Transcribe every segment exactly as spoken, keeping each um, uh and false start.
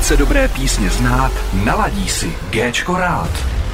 Chce dobré písně znát, naladí si Géčko rád.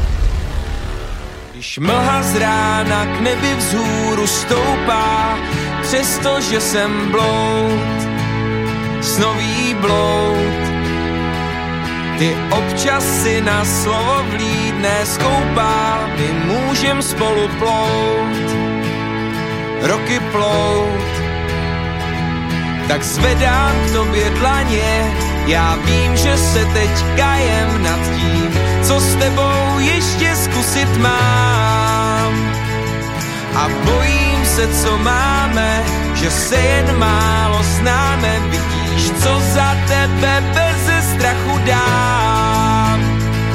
Když mlha z rána k nebi vzhůru stoupá, přestože jsem bloud, snový bloud. Ty občas si na slovo vlídne skoupá, my můžem spolu plout, roky plout. Tak zvedám k tobě dlaně, já vím, že se teď kajem nad tím, co s tebou ještě zkusit mám. A bojím se, co máme, že se jen málo známe, vidíš, co za tebe beze strachu dám.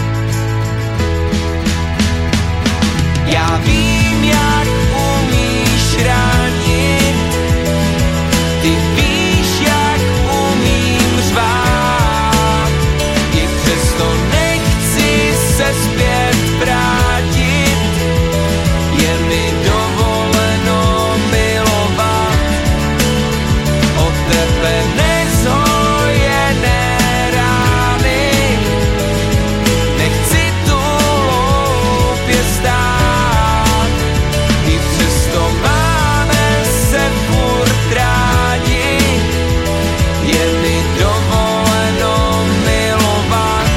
Já vím, jak umíš ránit, ty víš, jak umím řvát, i přesto nechci se zpět vrátit, je mi dovoleno milovat od tebe nezhojené rány, nechci tu hloupě stát, i přesto máme se furt rádi, je mi dovoleno milovat.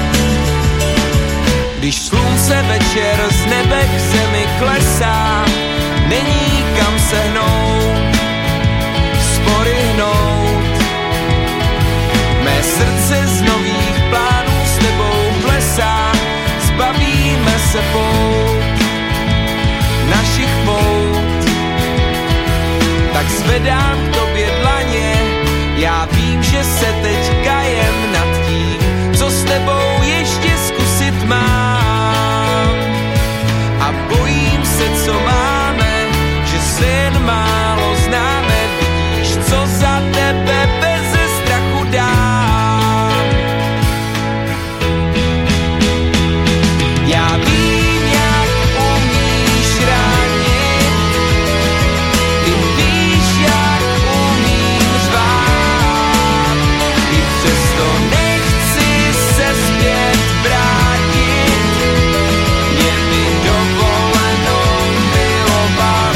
Když slunce večer z nebe k zemi klesá, není kam se hnout, spory hnout. Mé srdce z nových plánů s tebou plesá, zbavíme se pout, našich pout. Tak zvedám k tobě dlaně, já vím, že se teď kajem nad tím, co s tebou ještě zkusit mám. A bojím se, co máme, že se jen málo známe, vidíš, co za tebe beze strachu dám. Já vím, jak umíš ránit, ty víš, jak umím řvát, i přesto nechci se zpět vrátit, je mi dovoleno milovat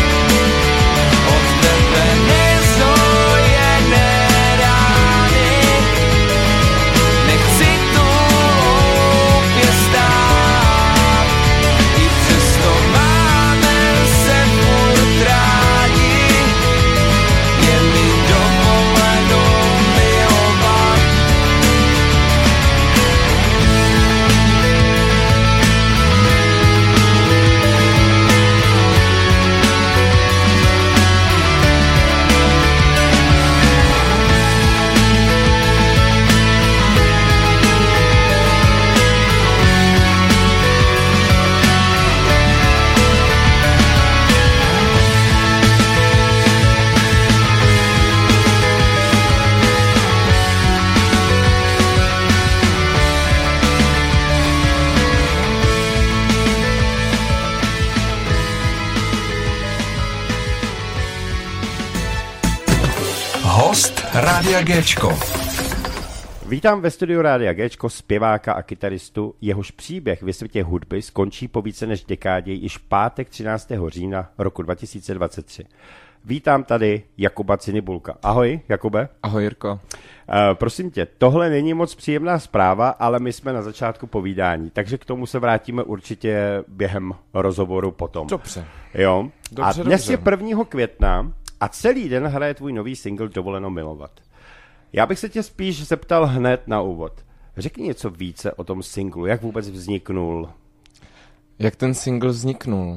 od tebe nezhojené rány, nechci tu hloupě stát, i přesto máme se furt rádi, je mi dovoleno milovat. Host Rádia Géčko. Vítám ve studiu Rádia Géčko zpěváka a kytaristu, jehož příběh ve světě hudby skončí po více než dekádě již pátek třináctého října roku dva tisíce dvacet tři. Vítám tady Jakuba Cinibulka. Ahoj, Jakube. Ahoj, Jirko. Uh, prosím tě, tohle není moc příjemná zpráva, ale my jsme na začátku povídání, takže k tomu se vrátíme určitě během rozhovoru potom. Dobře. Jo? Dobře, a dnes dobře. je prvního května a celý den hraje tvůj nový single Dovoleno milovat. Já bych se tě spíš zeptal hned na úvod. Řekni něco více o tom singlu, jak vůbec vzniknul. Jak ten single vzniknul?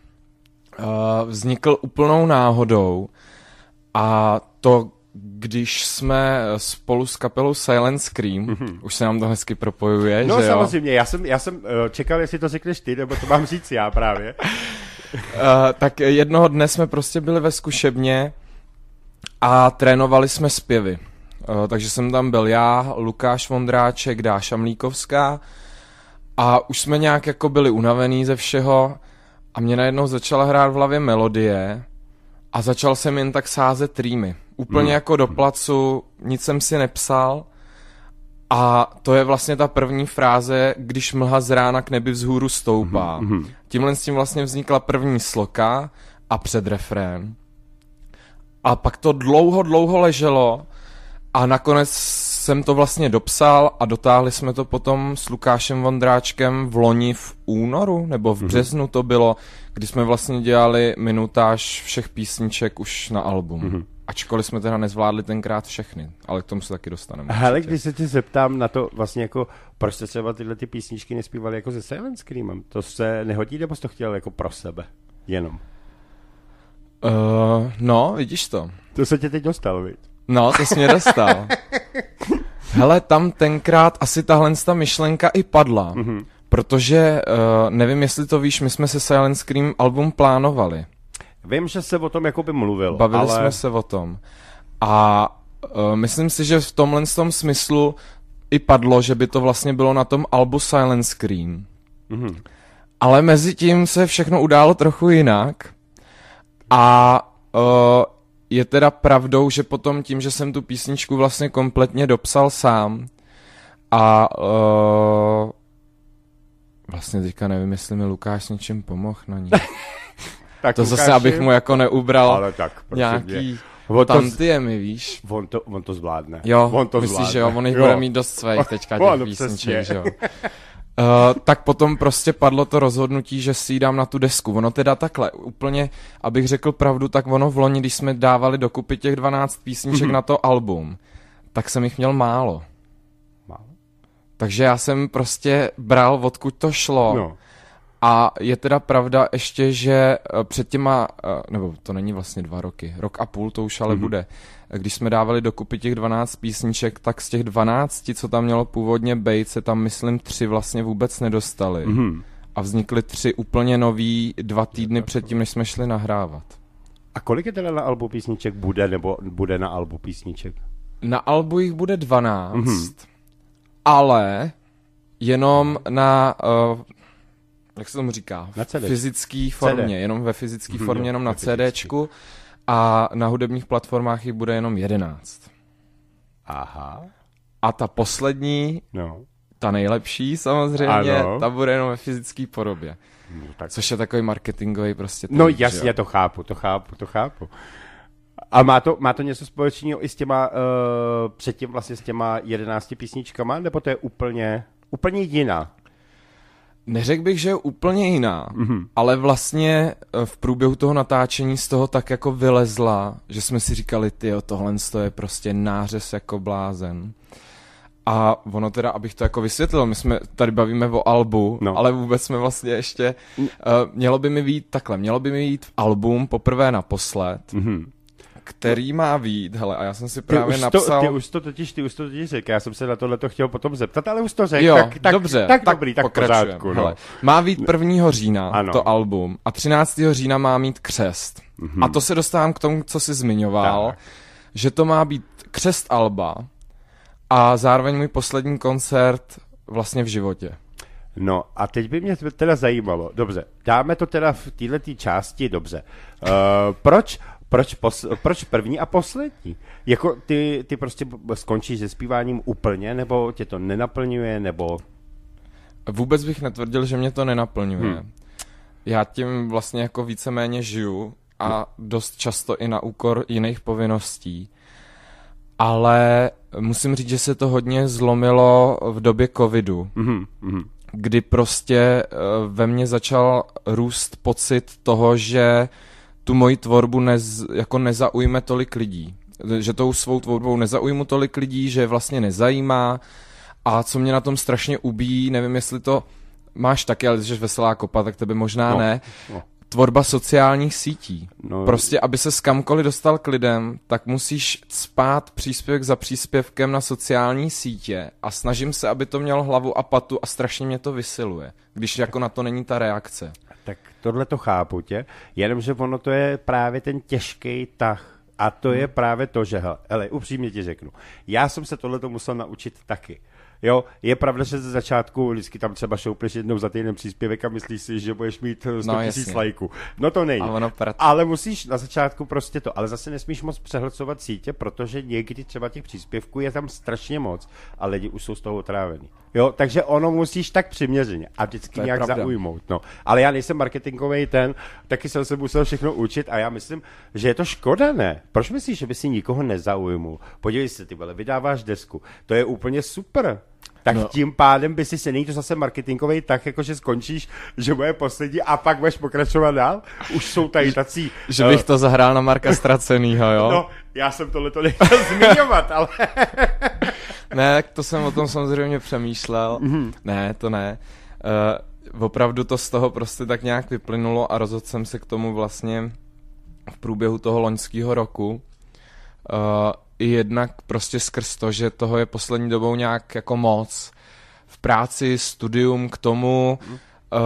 Uh, vznikl úplnou náhodou a to, když jsme spolu s kapelou Silent Scream, mm-hmm. už se nám to hezky propojuje, no, že jo? No samozřejmě, já jsem, já jsem čekal, jestli to řekneš ty, nebo to mám říct já právě. uh, tak jednoho dne jsme prostě byli ve zkušebně a trénovali jsme zpěvy. Uh, takže jsem tam byl já, Lukáš Vondráček, Dáša Mlíkovská a už jsme nějak jako byli unavený ze všeho a mě najednou začala hrát v hlavě melodie a začal jsem jen tak sázet rýmy. Úplně mm. jako do placu, nic jsem si nepsal A to je vlastně ta první fráze, když mlha z rána k nebi vzhůru stoupá. Mm-hmm. Tímhle s tím vlastně vznikla první sloka a předrefrén. A pak to dlouho, dlouho leželo a nakonec jsem to vlastně dopsal a dotáhli jsme to potom s Lukášem Vondráčkem v loni v únoru, nebo v březnu to bylo, kdy jsme vlastně dělali minutáž všech písniček už na album. Mm-hmm. Ačkoliv jsme teda nezvládli tenkrát všechny, ale k tomu se taky dostaneme. Hele, když se ti zeptám na to vlastně jako, proč jste třeba tyhle ty písničky nespívali jako se Silent Screamem? To se nehodí, nebo jsi to chtěl jako pro sebe? Jenom. Uh, no, vidíš to. To se tě teď dostal, viď? No, to jsi mě dostal. Hele, tam tenkrát asi tahle ta myšlenka i padla, mm-hmm. protože, uh, nevím, jestli to víš, my jsme se Silent Scream album plánovali. Vím, že se o tom jakoby mluvil. Bavili ale... jsme se o tom. A uh, myslím si, že v tomhle tom smyslu i padlo, že by to vlastně bylo na tom albu Silent Scream. Mm-hmm. Ale mezi tím se všechno událo trochu jinak. A uh, je teda pravdou, že potom tím, že jsem tu písničku vlastně kompletně dopsal sám a uh, vlastně teďka nevím, jestli mi Lukáš něčím pomohl na ní. Tak to Lukáši, zase, abych mu jako neubral ale tak, nějaký tantiemy, víš. On to, on to zvládne. Jo, on to myslíš, zvládne. že jo, on jich jo. bude mít dost svých teďka těch písniček, že jo. Uh, tak potom prostě padlo to rozhodnutí, že si ji dám na tu desku. Ono teda takhle, úplně, abych řekl pravdu, tak ono v loni, když jsme dávali dokupy těch dvanáct písniček mm-hmm. na to album, tak jsem jich měl málo. Málo? Takže já jsem prostě bral, odkud to šlo. No. A je teda pravda ještě, že před těma, nebo to není vlastně dva roky, rok a půl to už ale mm-hmm. bude, když jsme dávali dokupy těch dvanáct písniček, tak z těch dvanácti, co tam mělo původně bejt, se tam myslím tři vlastně vůbec nedostali. Mm-hmm. A vznikly tři úplně nový dva týdny předtím, než jsme šli nahrávat. A kolik je teda na albu písniček bude, nebo bude na albu písniček? Na albu jich bude dvanáct, mm-hmm. ale jenom na... Uh, jak se tomu říká? Na fyzické formě, C D. Jenom ve fyzické hmm, formě, jenom na CDčku a na hudebních platformách jich bude jenom jedenáct. Aha. A ta poslední, no. ta nejlepší samozřejmě, ano. ta bude jenom ve fyzické podobě. No, tak... Což je takový marketingový prostě. No trend, jasně, to chápu, to chápu, to chápu. A má to, má to něco společného i s těma, uh, předtím vlastně s těma jedenácti písničkama, nebo to je úplně, úplně jiná? Neřekl bych, že je úplně jiná, mm-hmm. ale vlastně v průběhu toho natáčení z toho tak jako vylezla, že jsme si říkali, tyjo, tohle je prostě nářez jako blázen. A ono teda, abych to jako vysvětlil, my jsme tady bavíme o albu, no. ale vůbec jsme vlastně ještě, uh, mělo by mi vyjít takhle, mělo by mi vyjít album poprvé naposled, mm-hmm. který má vyjít, hele, a já jsem si právě ty napsal... To, ty už to totiž, ty už to totiž řekl, já jsem se na tohleto chtěl potom zeptat, ale už to řekl, jo, tak, tak, dobře, tak, tak dobrý, tak pokračujeme. No. Hele, má vyjít prvního října ano. to album a třináctého října má mít křest. Mm-hmm. A to se dostávám k tomu, co jsi zmiňoval, tak. že to má být křest alba a zároveň můj poslední koncert vlastně v životě. No a teď by mě teda zajímalo, dobře, dáme to teda v této části, dobře, uh, proč... Proč, pos, proč první a poslední? Jako ty, ty prostě skončíš se zpíváním úplně, nebo tě to nenaplňuje, nebo... Vůbec bych netvrdil, že mě to nenaplňuje. Hmm. Já tím vlastně jako víceméně žiju a dost často i na úkor jiných povinností. Ale musím říct, že se to hodně zlomilo v době covidu, hmm. Hmm. kdy prostě ve mně začal růst pocit toho, že tu moji tvorbu nez, jako nezaujme tolik lidí. Že tou svou tvorbou nezaujmu tolik lidí, že je vlastně nezajímá. A co mě na tom strašně ubíjí, nevím, jestli to máš taky, ale když jsi veselá kopa, tak tebe možná no, ne. No. Tvorba sociálních sítí. No, prostě, aby se s kamkoliv dostal k lidem, tak musíš cpát příspěvek za příspěvkem na sociální sítě a snažím se, aby to mělo hlavu a patu a strašně mě to vysiluje, když jako na to není ta reakce. Tak tohle to chápu tě, jenomže ono to je právě ten těžký tah a to hmm. je právě to, že hele, hele, upřímně ti řeknu, já jsem se tohleto musel naučit taky. Jo, je pravda, že ze začátku vždycky tam třeba šoupneš jednou za týden příspěvek a myslíš si, že budeš mít sto tisíc no, lajků. No to nejde. Ale musíš na začátku prostě to, ale zase nesmíš moc přehlcovat sítě, protože někdy třeba těch příspěvků je tam strašně moc a lidi už jsou z toho otrávený. Jo, takže ono musíš tak přiměřeně a vždycky nějak pravda. zaujmout. No. Ale já nejsem marketingový ten, taky jsem se musel všechno učit a já myslím, že je to škoda, ne? Proč myslíš, že by si nikoho nezaujmul? Podívej se, ty vole, vydáváš desku. To je úplně super. Tak no. tím pádem by si se není to zase marketingový tak, jako že skončíš, že bude poslední a pak budeš pokračovat dál. Už jsou tady tací... Že bych uh, to zahrál na Marka Ztracenýho, jo? No, já jsem tohleto nechtěl zmiňovat, ale... Ne, to jsem o tom samozřejmě přemýšlel. Mm-hmm. Ne, to ne. Uh, opravdu to z toho prostě tak nějak vyplynulo a rozhodl jsem se k tomu vlastně v průběhu toho loňského roku. Uh, I jednak prostě skrz to, že toho je poslední dobou nějak jako moc. V práci, studium, k tomu mm. uh,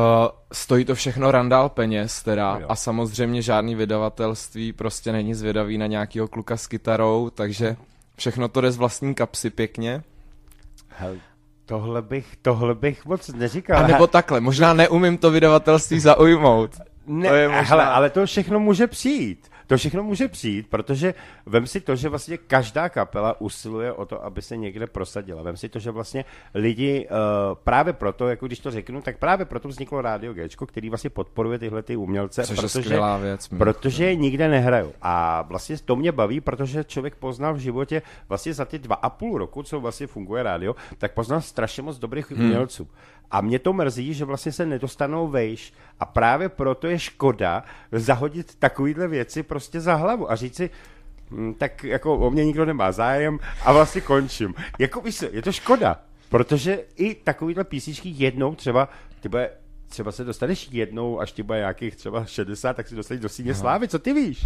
stojí to všechno randál peněz teda no, a samozřejmě žádný vydavatelství prostě není zvědavý na nějakýho kluka s kytarou, takže všechno to jde z vlastní kapsy pěkně. Hel, tohle bych, tohle bych moc neříkal. A nebo takhle, možná neumím to vydavatelství zaujmout. Ne, to je možná... hele, ale to všechno může přijít. To všechno může přijít, protože vem si to, že vlastně každá kapela usiluje o to, aby se někde prosadila. Vem si to, že vlastně lidi uh, právě proto, jako když to řeknu, tak právě proto vzniklo Rádio Géčko, který vlastně podporuje tyhle ty umělce, což protože, je skvělá věc, protože je nikde nehrajou. A vlastně to mě baví, protože člověk poznal v životě vlastně za ty dva a půl roku, co vlastně funguje rádio, tak poznal strašně moc dobrých hmm. umělců. A mě to mrzí, že vlastně se nedostanou vejš a právě proto je škoda zahodit takovýhle věci prostě za hlavu a říct si, hm, tak jako o mě nikdo nemá zájem a vlastně končím. Jako víš, je to škoda, protože i takovýhle písničky jednou třeba, ty bude, třeba se dostaneš jednou, až ti bude nějakých třeba šedesát, tak si dostaneš do síně slávy, co ty víš?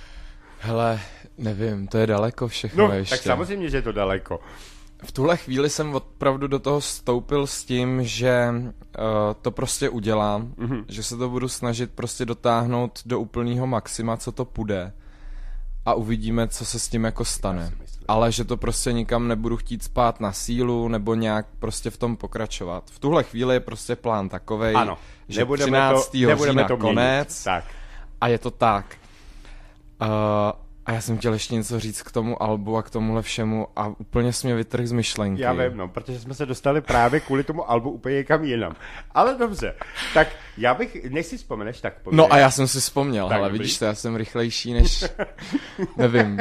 Hele, nevím, to je daleko všechno no, ještě. Tak samozřejmě, že je to daleko. V tuhle chvíli jsem opravdu do toho vstoupil s tím, že uh, to prostě udělám, mm-hmm. že se to budu snažit prostě dotáhnout do úplného maxima, co to půjde a uvidíme, co se s tím jako stane. Ale že to prostě nikam nebudu chtít spát na sílu nebo nějak prostě v tom pokračovat. V tuhle chvíli je prostě plán takovej, ano, že třináctého října konec tak. A je to tak. Uh, A já jsem chtěl ještě něco říct k tomu albu a k tomuhle všemu a úplně jsi mě vytrhl z myšlenky. Já vím, no, protože jsme se dostali právě kvůli tomu albu úplně někam jinam. Ale dobře, tak já bych, než si vzpomeneš, tak povědět. No a já jsem si vzpomněl, ale vidíš to, já jsem rychlejší než, nevím,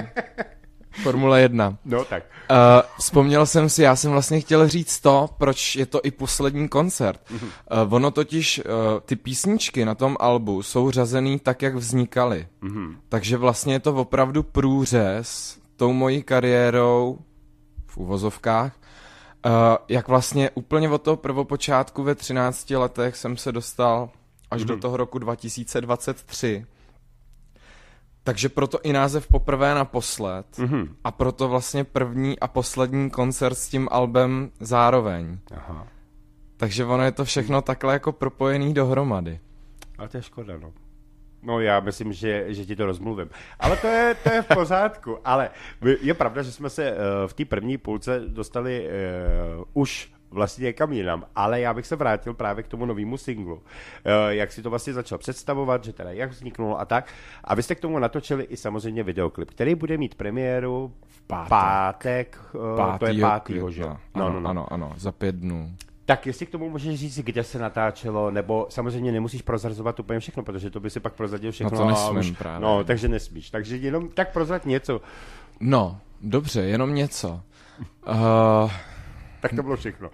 Formule jedna. No tak. Uh, vzpomněl jsem si, já jsem vlastně chtěl říct to, proč je to i poslední koncert. Mm-hmm. Uh, ono totiž, uh, ty písničky na tom albu jsou řazený tak, jak vznikaly. Mm-hmm. Takže vlastně je to opravdu průřez tou mojí kariérou v uvozovkách, uh, jak vlastně úplně od toho prvopočátku ve třinácti letech jsem se dostal až mm-hmm. do toho roku dva tisíce dvacet tři. Takže proto i název Poprvé naposled mm-hmm. a proto vlastně první a poslední koncert s tím albem zároveň. Aha. Takže ono je to všechno takhle jako propojený dohromady. Ale to je škoda, no. No já myslím, že, že ti to rozmluvím. Ale to je, to je v pořádku. Ale je pravda, že jsme se uh, v té první půlce dostali uh, už vlastně někam jinam, ale já bych se vrátil právě k tomu novému singlu. Uh, jak si to vlastně začal představovat, že teda jak vzniknulo a tak. A vy jste k tomu natočili i samozřejmě videoklip, který bude mít premiéru v pátek. pátek uh, to je pátýho, že? No, no, no, no. ano, ano, za pět dnů. Tak jestli k tomu můžeš říct, kde se natáčelo, nebo samozřejmě nemusíš prozrazovat úplně všechno, protože to by si pak prozradil všechno. No to nesmím už, právě. No, takže nesmíš. Takže jenom tak prozrad něco. No, dobře, jenom něco. Uh... Tak to bylo všechno.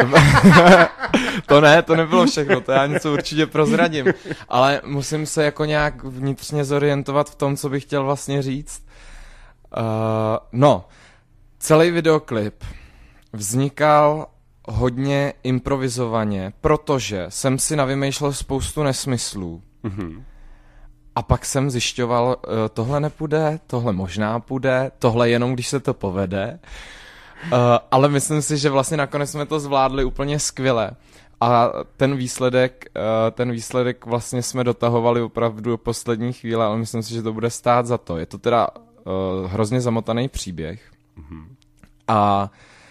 To ne, to nebylo všechno, to já něco určitě prozradím. Ale musím se jako nějak vnitřně zorientovat v tom, co bych chtěl vlastně říct. Uh, no, celý videoklip vznikal hodně improvizovaně, protože jsem si navymýšlel spoustu nesmyslů. Mm-hmm. A pak jsem zjišťoval, uh, tohle nepůjde, tohle možná půjde, tohle jenom, když se to povede. Uh, ale myslím si, že vlastně nakonec jsme to zvládli úplně skvěle. A ten výsledek, uh, ten výsledek vlastně jsme dotahovali opravdu do poslední chvíle, ale myslím si, že to bude stát za to. Je to teda uh, hrozně zamotaný příběh. Mm-hmm. A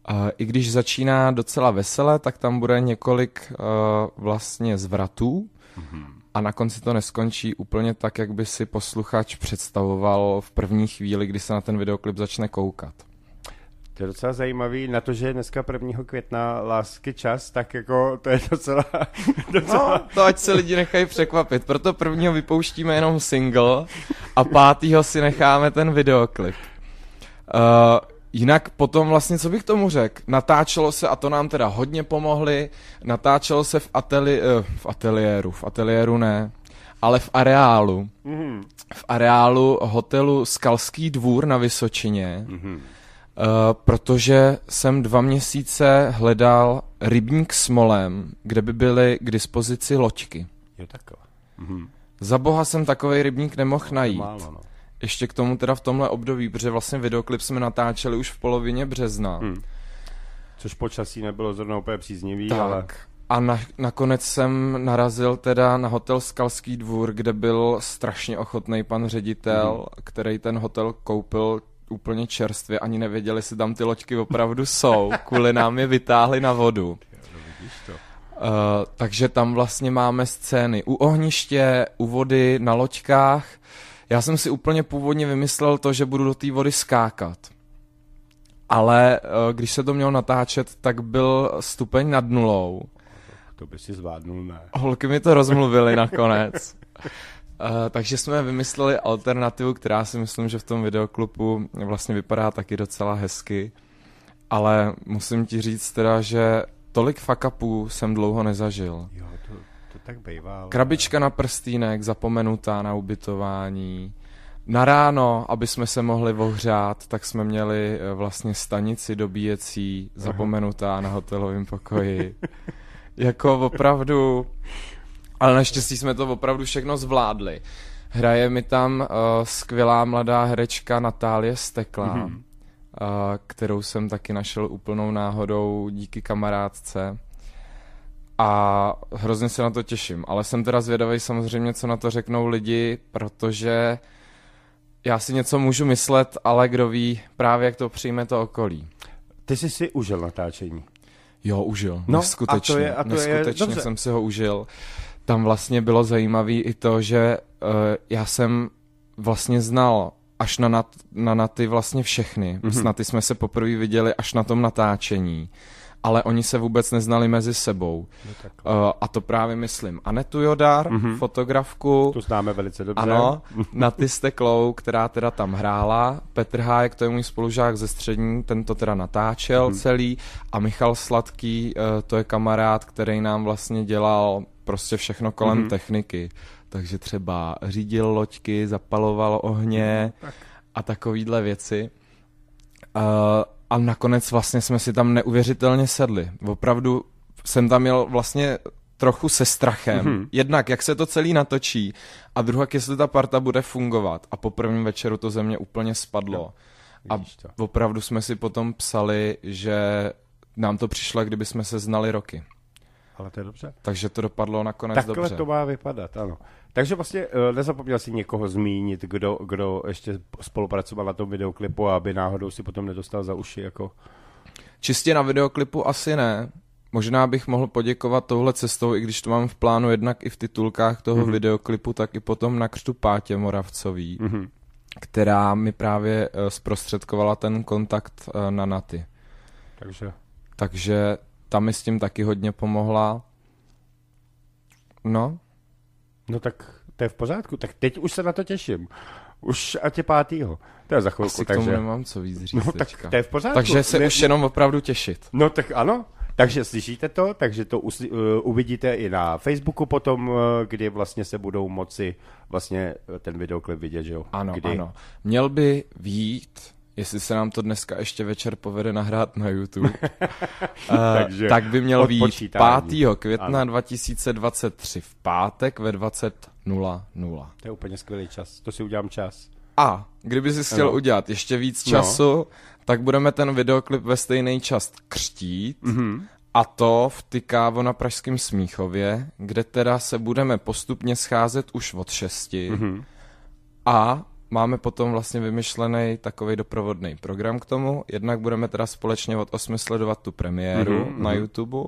Uh, I když začíná docela vesele, tak tam bude několik uh, vlastně zvratů mm-hmm. a na konci to neskončí úplně tak, jak by si posluchač představoval v první chvíli, kdy se na ten videoklip začne koukat. To je docela zajímavý, na to, že je dneska prvního května lásky čas, tak jako to je docela... docela... No, to ať se lidi nechají překvapit, proto prvního vypouštíme jenom single a pátýho si necháme ten videoklip. Uh, jinak potom vlastně, co bych tomu řekl, natáčelo se, a to nám teda hodně pomohli, natáčelo se v, ateli, uh, v ateliéru, v ateliéru ne, ale v areálu. Mm-hmm. V areálu hotelu Skalský dvůr na Vysočině, mm-hmm. Uh, protože jsem dva měsíce hledal rybník s molem, kde by byly k dispozici loďky. Jo, takhle. Mhm. Za boha jsem takovej rybník nemohl najít. Málo, no. Ještě k tomu teda v tomhle období, protože vlastně videoklip jsme natáčeli už v polovině března. Hmm. Což počasí nebylo zrovna úplně příznivý, tak. ale... A na, nakonec jsem narazil teda na hotel Skalský dvůr, kde byl strašně ochotný pan ředitel, hmm. který ten hotel koupil úplně čerstvě, ani nevěděli, jestli tam ty loďky opravdu jsou, kvůli nám je vytáhli na vodu. Uh, takže tam vlastně máme scény u ohniště, u vody, na loďkách. Já jsem si úplně původně vymyslel to, že budu do té vody skákat. Ale uh, když se to mělo natáčet, tak byl stupeň nad nulou. To by si zvládnul, ne? Holky mi to rozmluvily nakonec. Uh, takže jsme vymysleli alternativu, která si myslím, že v tom videoklipu vlastně vypadá taky docela hezky. Ale musím ti říct teda, že tolik fuck-upů jsem dlouho nezažil. Jo, to, to tak bývá. Ale... Krabička na prstýnek, zapomenutá na ubytování. Na ráno, aby jsme se mohli ohřát, tak jsme měli vlastně stanici dobíjecí, zapomenutá na hotelovém pokoji. Jako opravdu... Ale naštěstí jsme to opravdu všechno zvládli. Hraje mi tam uh, skvělá mladá herečka Natálie Steklá, mm-hmm. uh, kterou jsem taky našel úplnou náhodou díky kamarádce. A hrozně se na to těším. Ale jsem teda zvědavý samozřejmě, co na to řeknou lidi, protože já si něco můžu myslet, ale kdo ví právě, jak to přijme to okolí. Ty jsi si užil natáčení? Jo, užil. No, neskutečně. A to je, a to neskutečně je, jsem si ho užil. Tam vlastně bylo zajímavé i to, že uh, já jsem vlastně znal až na, nat, na naty vlastně všechny. Mm-hmm. S naty jsme se poprvé viděli až na tom natáčení. Ale oni se vůbec neznali mezi sebou. Uh, a to právě myslím. Anetu Jodar, mm-hmm. fotografku. Tu známe velice dobře. Ano, Naty Steklou, která teda tam hrála. Petr Hájek, to je můj spolužák ze střední, ten to teda natáčel mm-hmm. celý. A Michal Sladký, uh, to je kamarád, který nám vlastně dělal prostě všechno kolem mm-hmm. techniky. Takže třeba řídil loďky, zapaloval ohně tak. a takovýhle věci. Uh, A nakonec vlastně jsme si tam neuvěřitelně sedli. Opravdu jsem tam jel vlastně trochu se strachem. Mm-hmm. Jednak, jak se to celý natočí a druhak, jestli ta parta bude fungovat. A po prvním večeru to ze mě úplně spadlo. No, a to. Opravdu jsme si potom psali, že nám to přišlo, kdyby jsme se znali roky. Ale to je dobře. Takže to dopadlo nakonec Takhle dobře. Takhle to má vypadat, ano. Takže vlastně nezapomněl si někoho zmínit, kdo, kdo ještě spolupracoval na tom videoklipu, aby náhodou si potom nedostal za uši, jako... Čistě na videoklipu asi ne. Možná bych mohl poděkovat touhle cestou, i když to mám v plánu jednak i v titulkách toho mm-hmm. videoklipu, tak i potom na křtu Pátě Moravcový, mm-hmm. která mi právě zprostředkovala ten kontakt na Naty. Takže... Takže ta mi s tím taky hodně pomohla. No. No tak to je v pořádku, tak teď už se na to těším. Už a tě pátýho. To je za chvilku. Asi k takže... tomu nemám co víc říct. No tak to je v pořádku. Takže se ne... už jenom opravdu těšit. No tak ano. Takže slyšíte to, takže to us, uh, uvidíte i na Facebooku potom, uh, kdy vlastně se budou moci vlastně ten videoklip vidět, že jo? Ano, kdy? ano. Měl by vyjít, jestli se nám to dneska ještě večer povede nahrát na YouTube, uh, tak by měl vyjít pátého května ano. dva tisíce dvacet tři v pátek ve dvacet nula nula. To je úplně skvělý čas, to si udělám čas. A kdyby si chtěl ano. udělat ještě víc času, no. tak budeme ten videoklip ve stejný čas křtít, mm-hmm. a to v Tykávo na pražském Smíchově, kde teda se budeme postupně scházet už od šesti mm-hmm. a máme potom vlastně vymyšlený takový doprovodný program k tomu. Jednak budeme teda společně od osmi sledovat tu premiéru mm-hmm. na YouTube,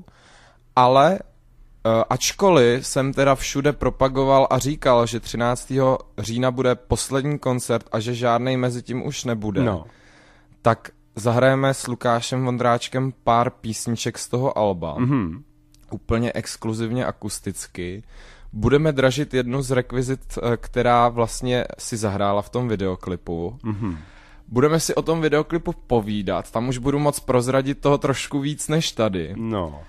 ale uh, ačkoliv jsem teda všude propagoval a říkal, že třináctého října bude poslední koncert a že žádnej mezi tím už nebude, no. tak zahrajeme s Lukášem Vondráčkem pár písniček z toho alba. Mm-hmm. Úplně exkluzivně akusticky. Budeme dražit jednu z rekvizit, která vlastně si zahrála v tom videoklipu. Mm-hmm. Budeme si o tom videoklipu povídat. Tam už budu moc prozradit toho trošku víc než tady. No.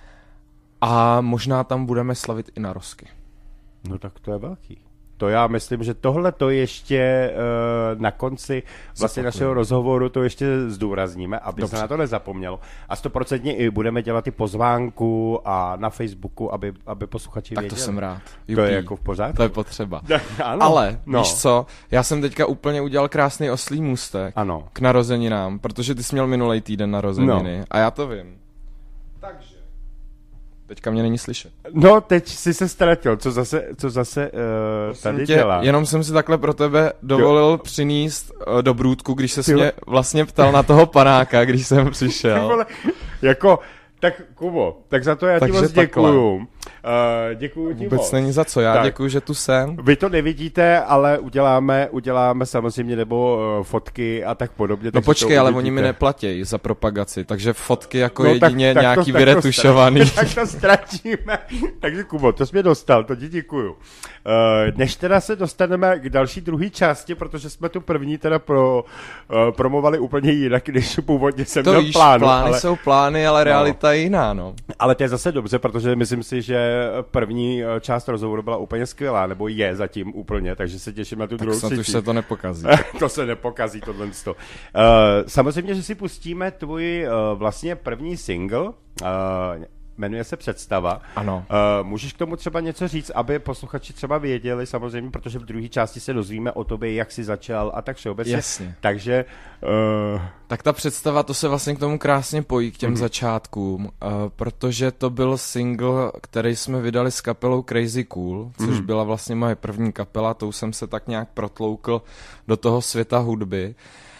A možná tam budeme slavit i narozky. No tak to je velký. To já myslím, že tohle to ještě uh, na konci vlastně našeho rozhovoru to ještě zdůrazníme, aby Dobře. se na to nezapomnělo. A stoprocentně i budeme dělat i pozvánku a na Facebooku, aby, aby posluchači tak věděli. Tak to jsem rád. Jupí. To je jako v pořádku. To je potřeba. Ano, Ale no. víš co, já jsem teďka úplně udělal krásný oslý můstek ano. k narozeninám, protože ty jsi měl minulej týden narozeniny no. a já to vím. Takže. Teďka mě není slyšet. No, teď jsi se ztratil, co zase, co zase uh, tady tě, dělá. Jenom jsem si takhle pro tebe dovolil jo. přinést uh, do brůdku, když se mě vlastně ptal na toho panáka, když jsem přišel. Vole, jako, tak Kubo, tak za to já ti moc děkuju. Uh, děkuju ti Vůbec moc. není za co, já tak. děkuju, že tu jsem. Vy to nevidíte, ale uděláme, uděláme samozřejmě nebo uh, fotky a tak podobně. No počkej, ale oni mi neplatí za propagaci, takže fotky jako no, jedině tak, tak nějaký to, vyretušovaný. Tak to, tak to ztratíme. Takže Kubo, to jsi mě dostal, to ti děkuju. Uh, než teda se dostaneme k další druhé části, protože jsme tu první teda pro, uh, promovali úplně jinak, než původně jsem to měl víš, plánu. plány ale... jsou plány, ale realita no. je jiná, no. Ale to je zase dobře, protože myslím si, že první část rozhovoru byla úplně skvělá, nebo je zatím úplně, takže se těším na tu tak druhou snad už se to nepokazí. To se nepokazí, tohle. Uh, samozřejmě, že si pustíme tvůj uh, vlastně první single, uh, jmenuje se Představa. Ano. Uh, můžeš k tomu třeba něco říct, aby posluchači třeba věděli, samozřejmě, protože v druhé části se dozvíme o tobě, jak jsi začal a tak všeobecně. Jasně. Takže... Uh... Tak ta představa, to se vlastně k tomu krásně pojí, k těm mm-hmm. začátkům, uh, protože to byl single, který jsme vydali s kapelou Crazy Cool, což mm-hmm. byla vlastně moje první kapela, tou jsem se tak nějak protloukl do toho světa hudby.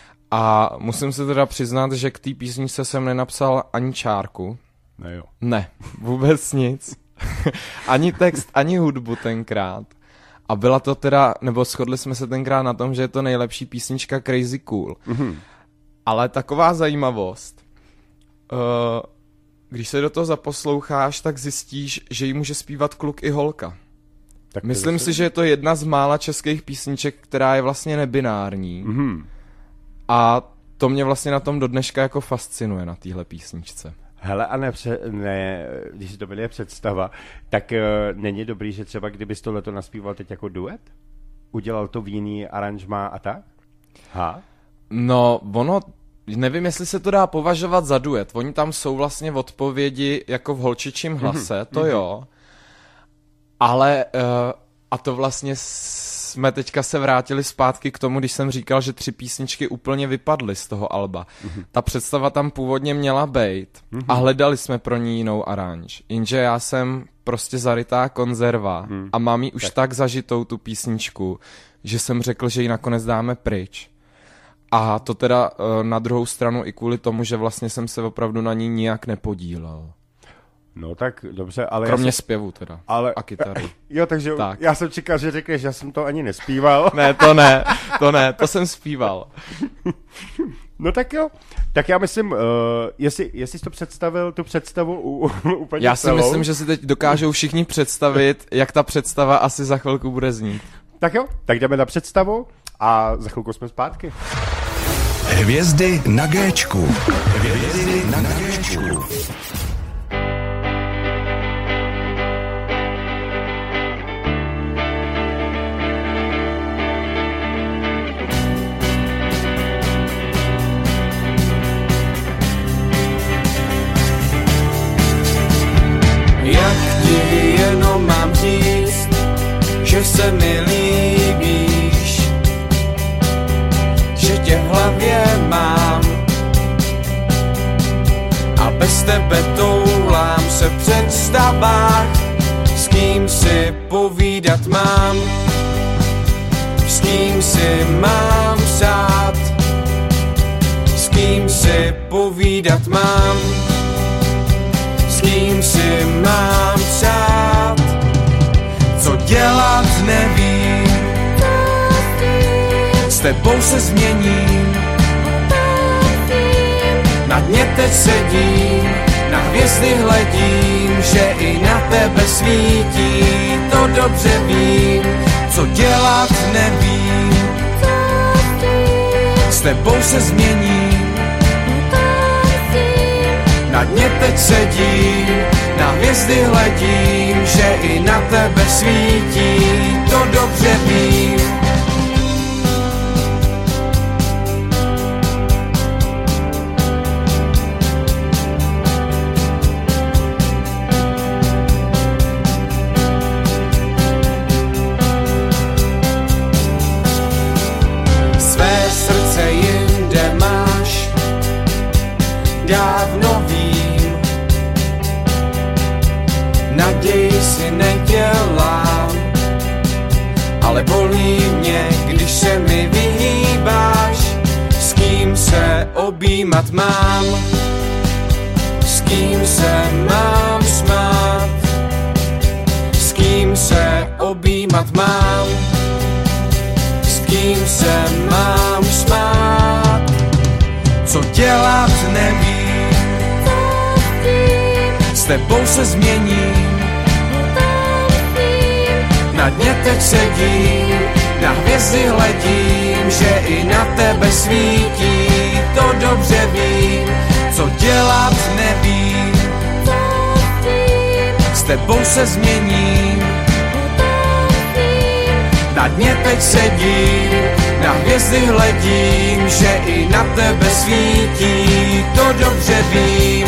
A musím se teda přiznat, že k té písničce jsem nenapsal ani čárku. Ne, jo. Ne, vůbec nic. Ani text, ani hudbu tenkrát. A byla to teda, nebo shodli jsme se tenkrát na tom, že je to nejlepší písnička Crazy Cool. Mm-hmm. Ale taková zajímavost. Uh, když se do toho zaposloucháš, tak zjistíš, že ji může zpívat kluk i holka. Tak Myslím si, že je to jedna z mála českých písniček, která je vlastně nebinární. Mm-hmm. A to mě vlastně na tom do dneška jako fascinuje, na téhle písničce. Hele, a ne, ne, když to jmenuje Představa, tak uh, není dobrý, že třeba kdybys tohleto naspíval teď jako duet? Udělal to v jiný aranžmá a tak? Ha? No, ono, nevím, jestli se to dá považovat za duet. Oni tam jsou vlastně odpovědi jako v holčičím hlase, mm-hmm. to jo. Ale, uh, a to vlastně jsme teďka se vrátili zpátky k tomu, když jsem říkal, že tři písničky úplně vypadly z toho alba. Mm-hmm. Ta představa tam původně měla být mm-hmm. a hledali jsme pro ní jinou aranž. Jenže já jsem prostě zarytá konzerva mm. a mám ji už tak. tak zažitou tu písničku, že jsem řekl, že ji nakonec dáme pryč. A to teda uh, na druhou stranu i kvůli tomu, že vlastně jsem se opravdu na ní nijak nepodílel. No tak dobře, ale... Kromě jsem... zpěvu teda ale... a kytary. Jo, takže tak. Já jsem čekal, že řekneš, že já jsem to ani nespíval. Ne, to ne, to ne, to jsem zpíval. No tak jo, tak já myslím, uh, jestli, jestli jsi to představil, tu představu u, u, úplně Já si celou. myslím, že si teď dokážou všichni představit, jak ta představa asi za chvilku bude znít. Tak jo, tak jdeme na představu a za chvilku jsme zpátky. Hvězdy na Géčku. Hvězdy na Géčku. Že se mi líbíš, že tě v hlavě mám a bez tebe toulám se v představách, s kým si povídat mám. s kým si mám přát, s kým si povídat mám, s kým si mám přát, co dělat nevím, s tebou se změním, na dně teď sedím, na hvězdy hledím, že i na tebe svítí, to dobře vím, co dělat nevím, s tebou se změním, na dně teď sedím, na hvězdy hledím, že i na tebe svítí, to dobře vím. Dávno vím, naději si nedělám, ale bolí mě, když se mi vyhýbáš, s kým se objímat mám, s kým se mám smát, s kým se objímat mám, s kým se mám smát, co dělat nevím, s tebou se změním, na dně teď sedím, na hvězdy hledím, že i na tebe svítí, to dobře vím, co dělat nevím, s tebou se změním, na dně teď sedím, na hvězdy hledím, že i na tebe svítí, to dobře vím.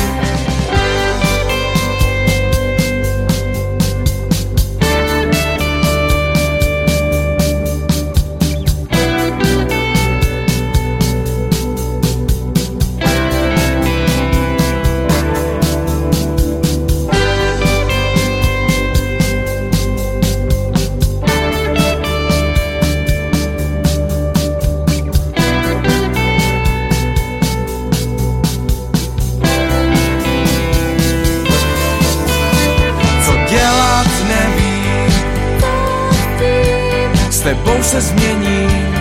S tebou se změním,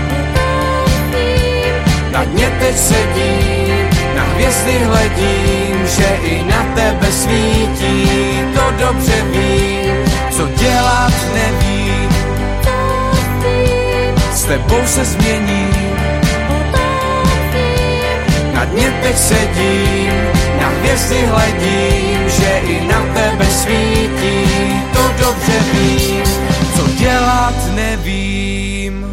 na dně teď sedím, na hvězdy hledím, že i na tebe svítí, to dobře vím, co dělat nevím, s tebou se změním, na dně teď sedím, na hvězdy hledím, že i na tebe svítí, to dobře vím, co dělat nevím.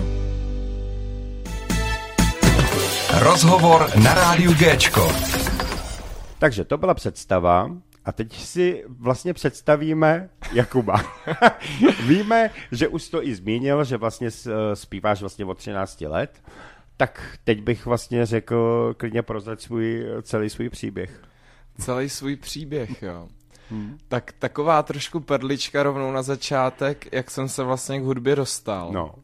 Rozhovor na rádiu Géčko. Takže to byla představa a teď si vlastně představíme Jakuba. Víme, že už to i zmínil, že vlastně zpíváš vlastně od třinácti let, tak teď bych vlastně řekl klidně prozrať svůj, celý svůj příběh. Celý svůj příběh, jo. Hmm. Tak taková trošku perlička rovnou na začátek, jak jsem se vlastně k hudbě dostal. No. Uh,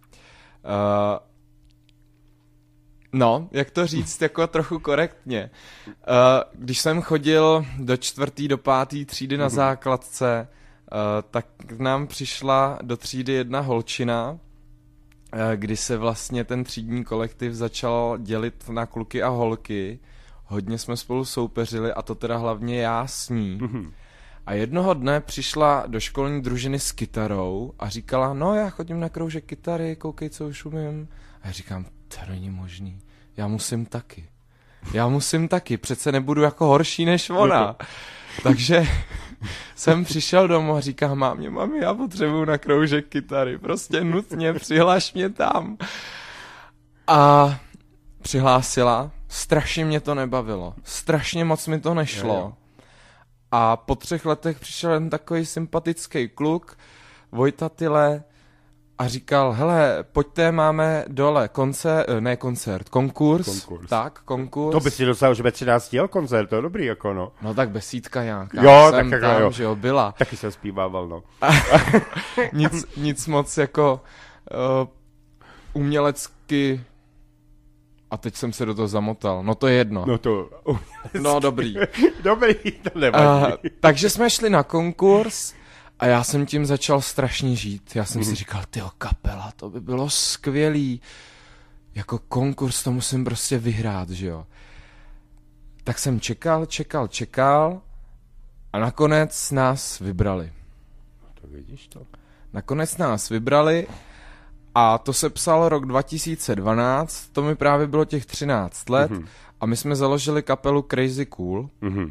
no, jak to říct jako trochu korektně. Uh, když jsem chodil do čtvrtý, do pátý třídy na základce, uh, tak k nám přišla do třídy jedna holčina, uh, kdy se vlastně ten třídní kolektiv začal dělit na kluky a holky. Hodně jsme spolu soupeřili a to teda hlavně já s ní. Mm-hmm. A jednoho dne přišla do školní družiny s kytarou a říkala, no já chodím na kroužek kytary, koukej, co už umím. A já říkám, to není možný, já musím taky. Já musím taky, přece nebudu jako horší než ona. Takže jsem přišel domů a říkám, mámě, mami, já potřebuju na kroužek kytary, prostě nutně, přihlaš mě tam. A přihlásila, strašně mě to nebavilo, strašně moc mi to nešlo. Jo, jo. A po třech letech přišel jen takový sympatický kluk, Vojta Tyle, a říkal, hele, pojďte, máme dole koncert, ne koncert, konkurs, konkurs. tak, konkurs. To by si dostal, že ve třinácti jel koncert, to je dobrý, jako no. No tak besídka nějaká, jo, jsem tak tam, jo. že jo, byla. Taky jsem zpívával, no. nic, nic moc jako, uh, umělecky... A teď jsem se do toho zamotal. No to je jedno. No to... No dobrý. Dobrý, to nevadí. Uh, takže jsme šli na konkurs a já jsem tím začal strašně žít. Já jsem mm. si říkal, tyjo, kapela, to by bylo skvělý. Jako konkurs to musím prostě vyhrát, že jo. Tak jsem čekal, čekal, čekal a nakonec nás vybrali. To vidíš to. Nakonec nás vybrali a to se psal rok dva tisíce dvanáct, to mi právě bylo těch třináct let mm-hmm. a my jsme založili kapelu Crazy Cool. Mm-hmm.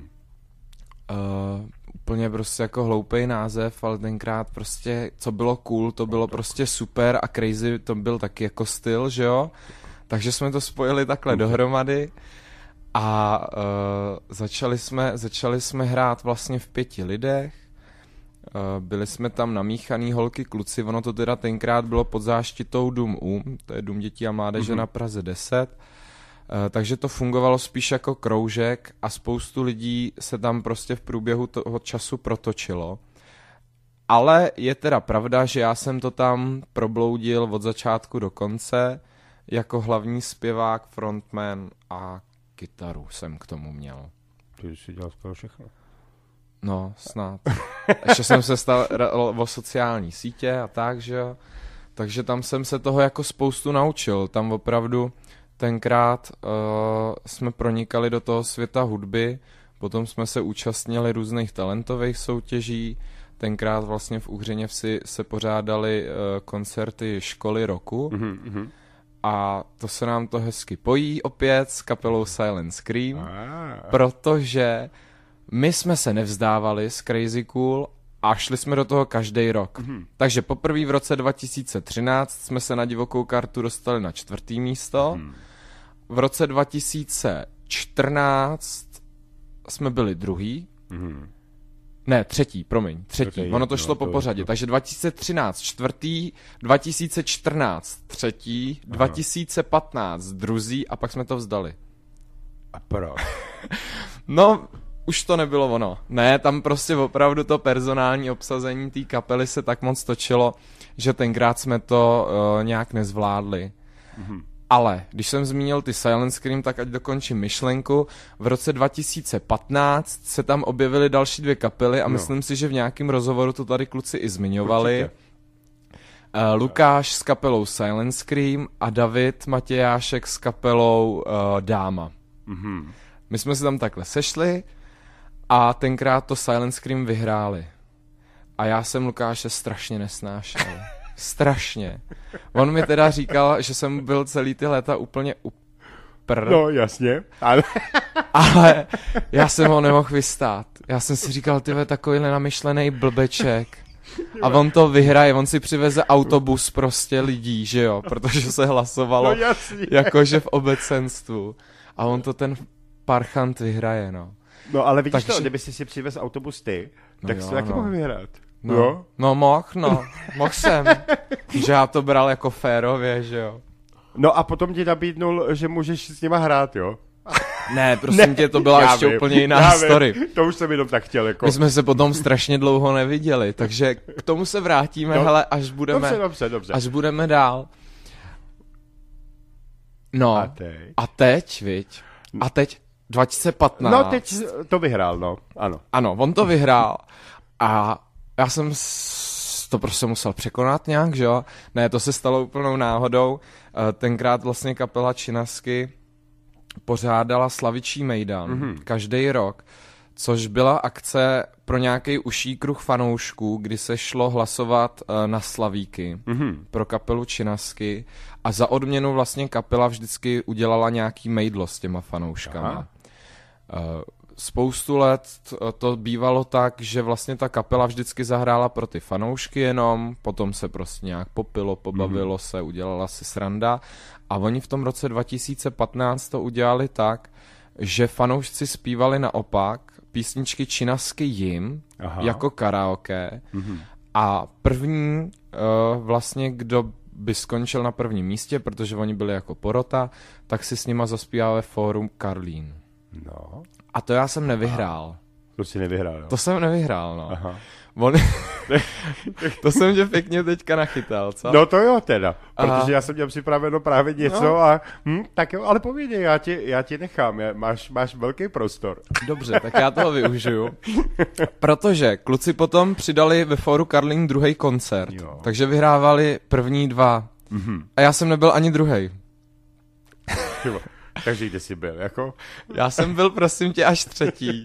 Uh, úplně prostě jako hloupej název, ale tenkrát prostě, co bylo cool, to bylo prostě super a crazy to byl taky jako styl, že jo? Takže jsme to spojili takhle mm-hmm. dohromady a uh, začali jsme, začali jsme hrát vlastně v pěti lidech. Uh, byli jsme tam namíchaný holky, kluci, ono to teda tenkrát bylo pod záštitou Dům U, to je Dům dětí a mládeže mm-hmm. na Praze deset, uh, takže to fungovalo spíš jako kroužek a spoustu lidí se tam prostě v průběhu toho času protočilo. Ale je teda pravda, že já jsem to tam probloudil od začátku do konce, jako hlavní zpěvák, frontman a kytaru jsem k tomu měl. Ty jsi dělal skoro všechno. No, snad. Ještě jsem se stal o sociální sítě a tak, že jo. Takže tam jsem se toho jako spoustu naučil. Tam opravdu tenkrát uh, jsme pronikali do toho světa hudby, potom jsme se účastnili různých talentových soutěží. Tenkrát vlastně v Uhřiněvsi se pořádaly uh, koncerty školy roku. Mm-hmm. A to se nám to hezky pojí opět s kapelou Silent Scream, ah. protože my jsme se nevzdávali s Crazy Cool a šli jsme do toho každý rok. Mm-hmm. Takže poprvé v roce dva tisíce třináct jsme se na divokou kartu dostali na čtvrtý místo. Mm. V roce dva tisíce čtrnáct jsme byli druhý. Mm. Ne, třetí, promiň, třetí. třetí ono to no, šlo po to pořadě. To... Takže dva tisíce třináct čtvrtý, dva tisíce čtrnáct třetí, aha. dva tisíce patnáct druzí a pak jsme to vzdali. A proč? No, už to nebylo ono. Ne, tam prostě opravdu to personální obsazení té kapely se tak moc točilo, že tenkrát jsme to uh, nějak nezvládli. Mhm. Ale když jsem zmínil ty Silent Scream, tak ať dokončím myšlenku. V roce dva tisíce patnáct se tam objevily další dvě kapely a no. myslím si, že v nějakém rozhovoru to tady kluci i zmiňovali. Uh, Lukáš s kapelou Silent Scream a David Matějášek s kapelou uh, Dáma. Mm-hmm. My jsme se tam takhle sešli a tenkrát to Silent Scream vyhráli. A já jsem Lukáše strašně nesnášel. Strašně. On mi teda říkal, že jsem byl celý ty léta úplně upr. No, jasně. Ale, ale já jsem ho nemohl vystát. Já jsem si říkal, ty ve, takovýhle namyšlený blbeček. A on to vyhraje, on si přiveze autobus prostě lidí, že jo, protože se hlasovalo no, jakože v obecenstvu. A on to ten parchant vyhraje, no. No, ale vidíš Takže... to, kdyby si si přivez autobus ty, no tak jo, si to taky no. mohl vyhrát. No, jo? no mohl, no. Mohl jsem. Že já to bral jako férově, že jo. No a potom ti nabídnul, že můžeš s nima hrát, jo? Ne, prosím ne, tě, to byla ještě vím, úplně jiná story. Vím, to už jsem jenom tak chtěl, jako. My jsme se potom strašně dlouho neviděli, takže k tomu se vrátíme, no, hele, až budeme, dobře, dobře, dobře. až budeme dál. No, a teď, a teď viď, a teď dva tisíce patnáct. No, teď to vyhrál, no, ano. Ano, on to vyhrál a já jsem to prostě musel překonat nějak, že jo? Ne, to se stalo úplnou náhodou. Tenkrát vlastně kapela Činasky pořádala Slavičí mejdan mm-hmm. každý rok, což byla akce pro nějaký užší kruh fanoušků, kdy se šlo hlasovat na slavíky mm-hmm. pro kapelu Činasky a za odměnu vlastně kapela vždycky udělala nějaký mejdlo s těma fanouškama. Aha. Spoustu let to bývalo tak, že vlastně ta kapela vždycky zahrála pro ty fanoušky jenom, potom se prostě nějak popilo, pobavilo mm-hmm. se, udělala si sranda a oni v tom roce dva tisíce patnáct to udělali tak, že fanoušci zpívali naopak písničky Činasky jim, aha. jako karaoke mm-hmm. a první uh, vlastně, kdo by skončil na prvním místě, protože oni byli jako porota, tak si s nima zaspívali Fórum Karlín. No. A to já jsem nevyhrál. To si nevyhrál, jo? To jsem nevyhrál, no. Aha. On... to jsem tě pěkně teďka nachytal, co? No to jo teda, Aha. protože já jsem měl připraveno právě něco no. a hm, tak jo, ale povídej, já ti, já ti nechám, já, máš, máš velký prostor. Dobře, tak já toho využiju. Protože kluci potom přidali ve Fóru Karlín druhý koncert, Jo. takže vyhrávali první dva. Mhm. A já jsem nebyl ani druhý. Takže kde jsi byl, jako? Já jsem byl, prosím tě, až třetí.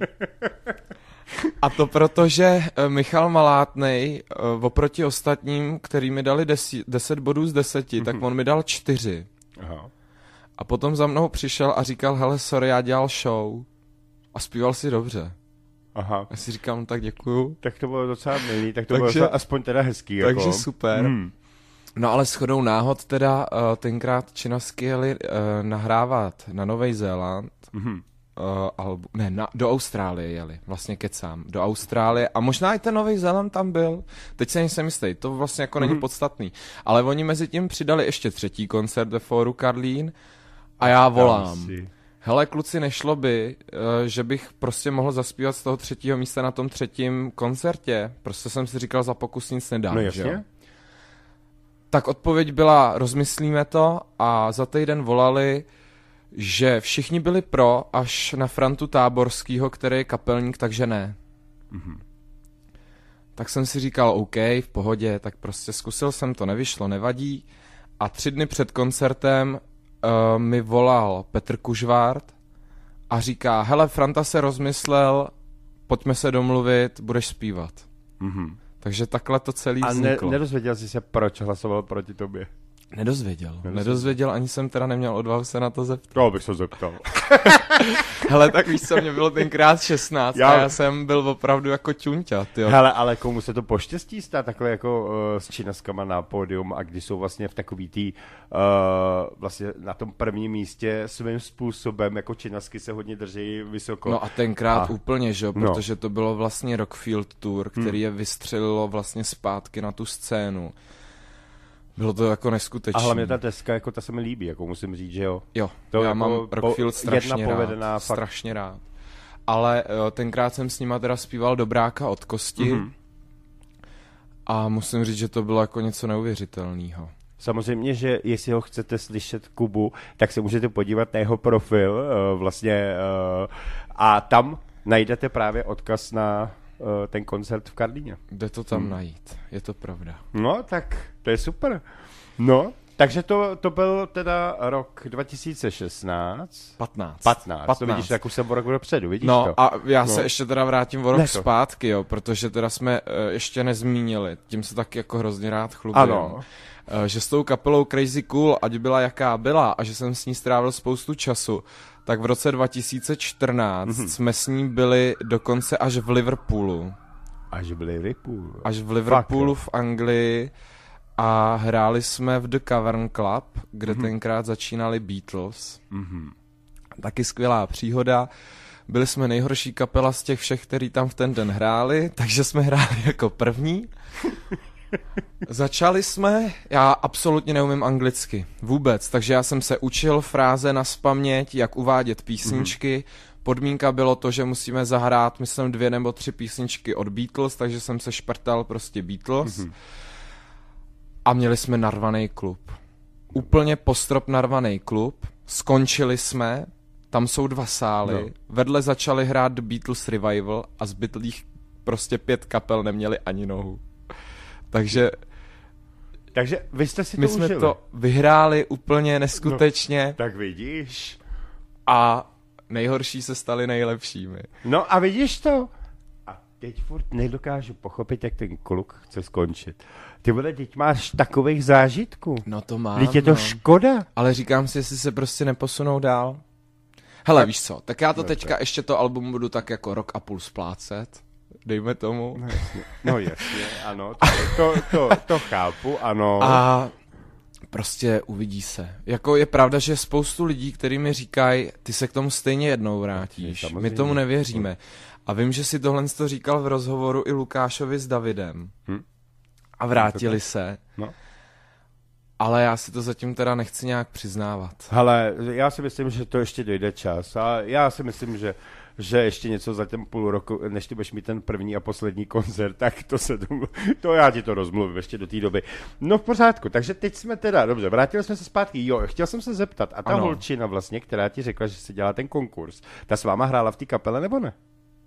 A to proto, že Michal Malátnej oproti ostatním, který mi dali desi, deset bodů z deseti, mm-hmm. tak on mi dal čtyři. Aha. A potom za mnou přišel a říkal, hele, sorry, já dělal show. A zpíval si dobře. Aha. Já si říkám, no tak děkuju. Tak to bylo docela milý, tak to Takže- bylo aspoň teda hezký. Jako. Takže super. Hmm. No ale shodou náhod teda uh, tenkrát Činasky jeli uh, nahrávat na Nový Zéland, Mhm. uh, albu, ne, na, do Austrálie jeli, vlastně kecám, do Austrálie a možná i ten Nový Zéland tam byl, teď se nejsem jistý, to vlastně jako není Mhm. podstatný, ale oni mezi tím přidali ještě třetí koncert ve Fóru Karlín a já volám. Si. Hele kluci, nešlo by, uh, že bych prostě mohl zaspívat z toho třetího místa na tom třetím koncertě, prostě jsem si říkal, za pokus nic nedám, No že jo? jasně. Tak odpověď byla, rozmyslíme to a za týden volali, že všichni byli pro, až na Frantu Táborskýho, který je kapelník, takže ne. Mhm. Tak jsem si říkal, OK, v pohodě, tak prostě zkusil jsem to, nevyšlo, nevadí. A tři dny před koncertem uh, mi volal Petr Kužvart a říká, hele, Franta se rozmyslel, pojďme se domluvit, budeš zpívat. Mhm. Takže takhle to celý A ne, vzniklo. nedozvěděl jsi se, proč hlasoval proti tobě? Nedozvěděl. Nedozvěděl. Nedozvěděl, ani jsem teda neměl odvahu se na to zeptat. To bych se zeptal. Hele, tak víš co, mě bylo tenkrát šestnáct Já- a já jsem byl opravdu jako čunťa, tyjo. Hele, ale komu se to poštěstí stát takhle jako uh, s činaskama na pódium a když jsou vlastně v takový tý, uh, vlastně na tom prvním místě svým způsobem, jako činasky se hodně drží vysoko. No a tenkrát A- úplně, že jo, No. protože to bylo vlastně Rockfield Tour, který Hmm. je vystřelilo vlastně zpátky na tu scénu. Bylo to jako neskutečné. A hlavně ta deska, jako ta se mi líbí, jako musím říct, že jo. Jo, To já jako mám po- Rockfield strašně jedna povedená rád. fakt- Strašně rád. Ale uh, tenkrát jsem s nima teda zpíval Dobráka od kosti Mhm. a musím říct, že to bylo jako něco neuvěřitelného. Samozřejmě, že jestli ho chcete slyšet Kubu, tak se můžete podívat na jeho profil uh, vlastně uh, a tam najdete právě odkaz na uh, ten koncert v Karlíně. Jde to tam Hmm. najít, je to pravda. No, tak to je super. No, takže to, to byl teda rok dva tisíce šestnáct. patnáct. patnáct. To patnáct. vidíš, tak už jsem o rok dopředu, vidíš No to? a já No. se ještě teda vrátím o rok Ne to. zpátky, jo, protože teda jsme uh, ještě nezmínili, tím se taky jako hrozně rád chlubím, Ano. uh, že s tou kapelou Crazy Cool, ať byla jaká byla a že jsem s ní strávil spoustu času, tak v roce dva tisíce čtrnáct Mhm. jsme s ní byli dokonce až v Liverpoolu. Až byli Liverpool. Až v Liverpoolu Fakt, v Anglii a hráli jsme v The Cavern Club, kde Mhm. tenkrát začínali Beatles. Mhm. Taky skvělá příhoda. Byli jsme nejhorší kapela z těch všech, který tam v ten den hráli, takže jsme hráli jako první. Začali jsme, já absolutně neumím anglicky, vůbec, takže já jsem se učil fráze naspaměť, jak uvádět písničky. Podmínka bylo to, že musíme zahrát, myslím, dvě nebo tři písničky od Beatles, takže jsem se šprtal prostě Beatles. Mhm. A měli jsme narvaný klub. Úplně postrop narvaný klub. Skončili jsme, tam jsou dva sály. No. Vedle začali hrát The Beatles Revival a zbytlých prostě pět kapel neměli ani nohu. Takže Takže vy jste si my to jsme užili. to vyhráli úplně neskutečně Tak vidíš. a nejhorší se stali nejlepšími. No a vidíš to? A teď furt nedokážu pochopit, jak ten kluk chce skončit. Ty vole, teď máš takových zážitků. No to mám, Teď je to no. škoda. Ale říkám si, jestli se prostě neposunou dál. Hele, víš co, tak já to No teďka ještě to album budu tak jako rok a půl splácet. Dejme tomu. No jasně, ano, to, to, to, to chápu, ano. A prostě uvidí se. Jako je pravda, že spoustu lidí, kteří mi říkají, ty se k tomu stejně jednou vrátíš. Samozřejmě. My tomu nevěříme. A vím, že si tohle to říkal v rozhovoru i Lukášovi s Davidem. Hm? A vrátili se. No. ale já si to zatím teda nechci nějak přiznávat. Hele, já si myslím, že to ještě dojde čas a já si myslím, že že ještě něco za ten půl roku, než ty budeš mít ten první a poslední koncert, tak to se tomu, to já ti to rozmluvím ještě do té doby. No v pořádku, takže teď jsme teda, dobře, vrátili jsme se zpátky, jo, chtěl jsem se zeptat, a ta ano. holčina vlastně, která ti řekla, že si dělá ten konkurs, ta s váma hrála v té kapele, nebo ne?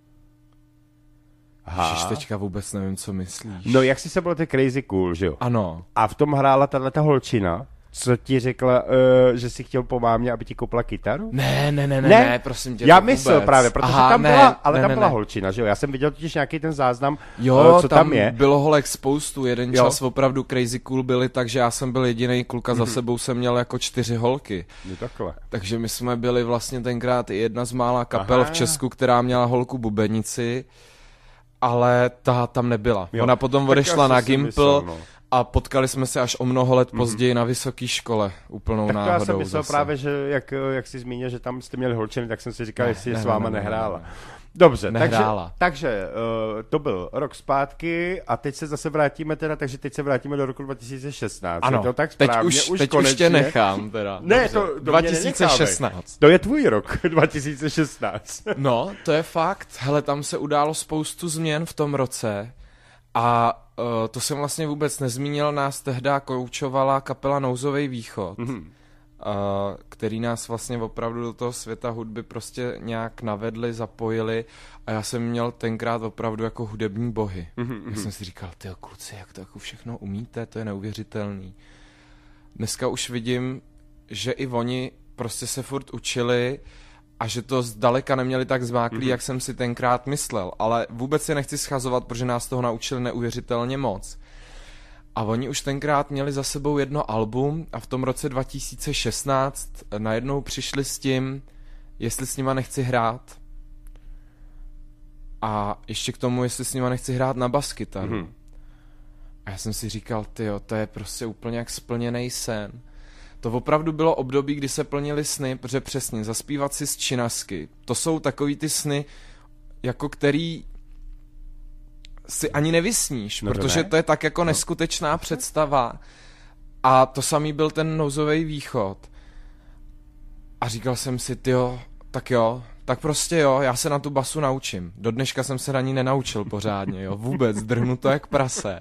Ježiš, teďka vůbec nevím, co myslíš. No jak si se bylo to Crazy Cool, že jo? Ano. A v tom hrála tato holčina, co ti řekla, uh, že si chtěl po mámě, aby ti koupila kytaru? Ne, ne, ne, ne, ne, ne prosím tě. Já myslel vůbec. právě, protože Aha, tam ne, byla, ale ne, tam ne, byla ne. holčina, že jo? Já jsem viděl totiž nějaký ten záznam, jo, uh, co tam, tam je. bylo holek spoustu, jeden jo. čas opravdu Crazy Cool byli, takže já jsem byl jediný kluka, mm-hmm. za sebou jsem měl jako čtyři holky. No takhle. Takže my jsme byli vlastně tenkrát i jedna z mála kapel Aha. v Česku, která měla holku bubenici, ale ta tam nebyla. Jo. Ona potom odešla na Gimpl, myslel, no. A potkali jsme se až o mnoho let později mm-hmm. na vysoké škole, úplnou tak náhodou. Já jsem myslel zase. právě, že jak, jak jsi zmínil, že tam jste měli holčiny, tak jsem si říkal, ne, jestli ne, s váma ne, ne, nehrála. Ne, ne. Dobře, nehrála. takže, takže uh, to byl rok zpátky a teď se zase vrátíme teda, takže teď se vrátíme do roku dva tisíce šestnáct. Ano, je to tak teď správně? už, už teď konečně. už tě nechám teda. Ne, Dobře. to, to dva tisíce šestnáct. To je tvůj rok, dva tisíce šestnáct. No, to je fakt. Hele, tam se událo spoustu změn v tom roce a uh, to jsem vlastně vůbec nezmínil, nás tehda koučovala kapela Nouzový východ, mm-hmm. uh, který nás vlastně opravdu do toho světa hudby prostě nějak navedli, zapojili a já jsem měl tenkrát opravdu jako hudební bohy. Mm-hmm. Já jsem si říkal, tyjo kluci, jak to jako všechno umíte, to je neuvěřitelný. Dneska už vidím, že i oni prostě se furt učili a že to zdaleka neměli tak zmáklý, mm-hmm. jak jsem si tenkrát myslel. Ale vůbec si nechci schazovat, protože nás toho naučili neuvěřitelně moc. A oni už tenkrát měli za sebou jedno album a v tom roce dva tisíce šestnáct najednou přišli s tím, jestli s nima nechci hrát. A ještě k tomu, jestli s nima nechci hrát na baskytaru. Mm-hmm. A já jsem si říkal, tyjo, to je prostě úplně jak splněnej sen. To opravdu bylo období, kdy se plnily sny, protože přesně, zaspívat si z Činasky. To jsou takový ty sny, jako který si ani nevysníš, no protože ne? To je tak jako neskutečná no. představa. A to samý byl ten Nouzový východ. A říkal jsem si, tyjo, tak jo, tak prostě jo, já se na tu basu naučím. Do dneška jsem se na ní nenaučil pořádně, jo, vůbec, drhnu to jak prase.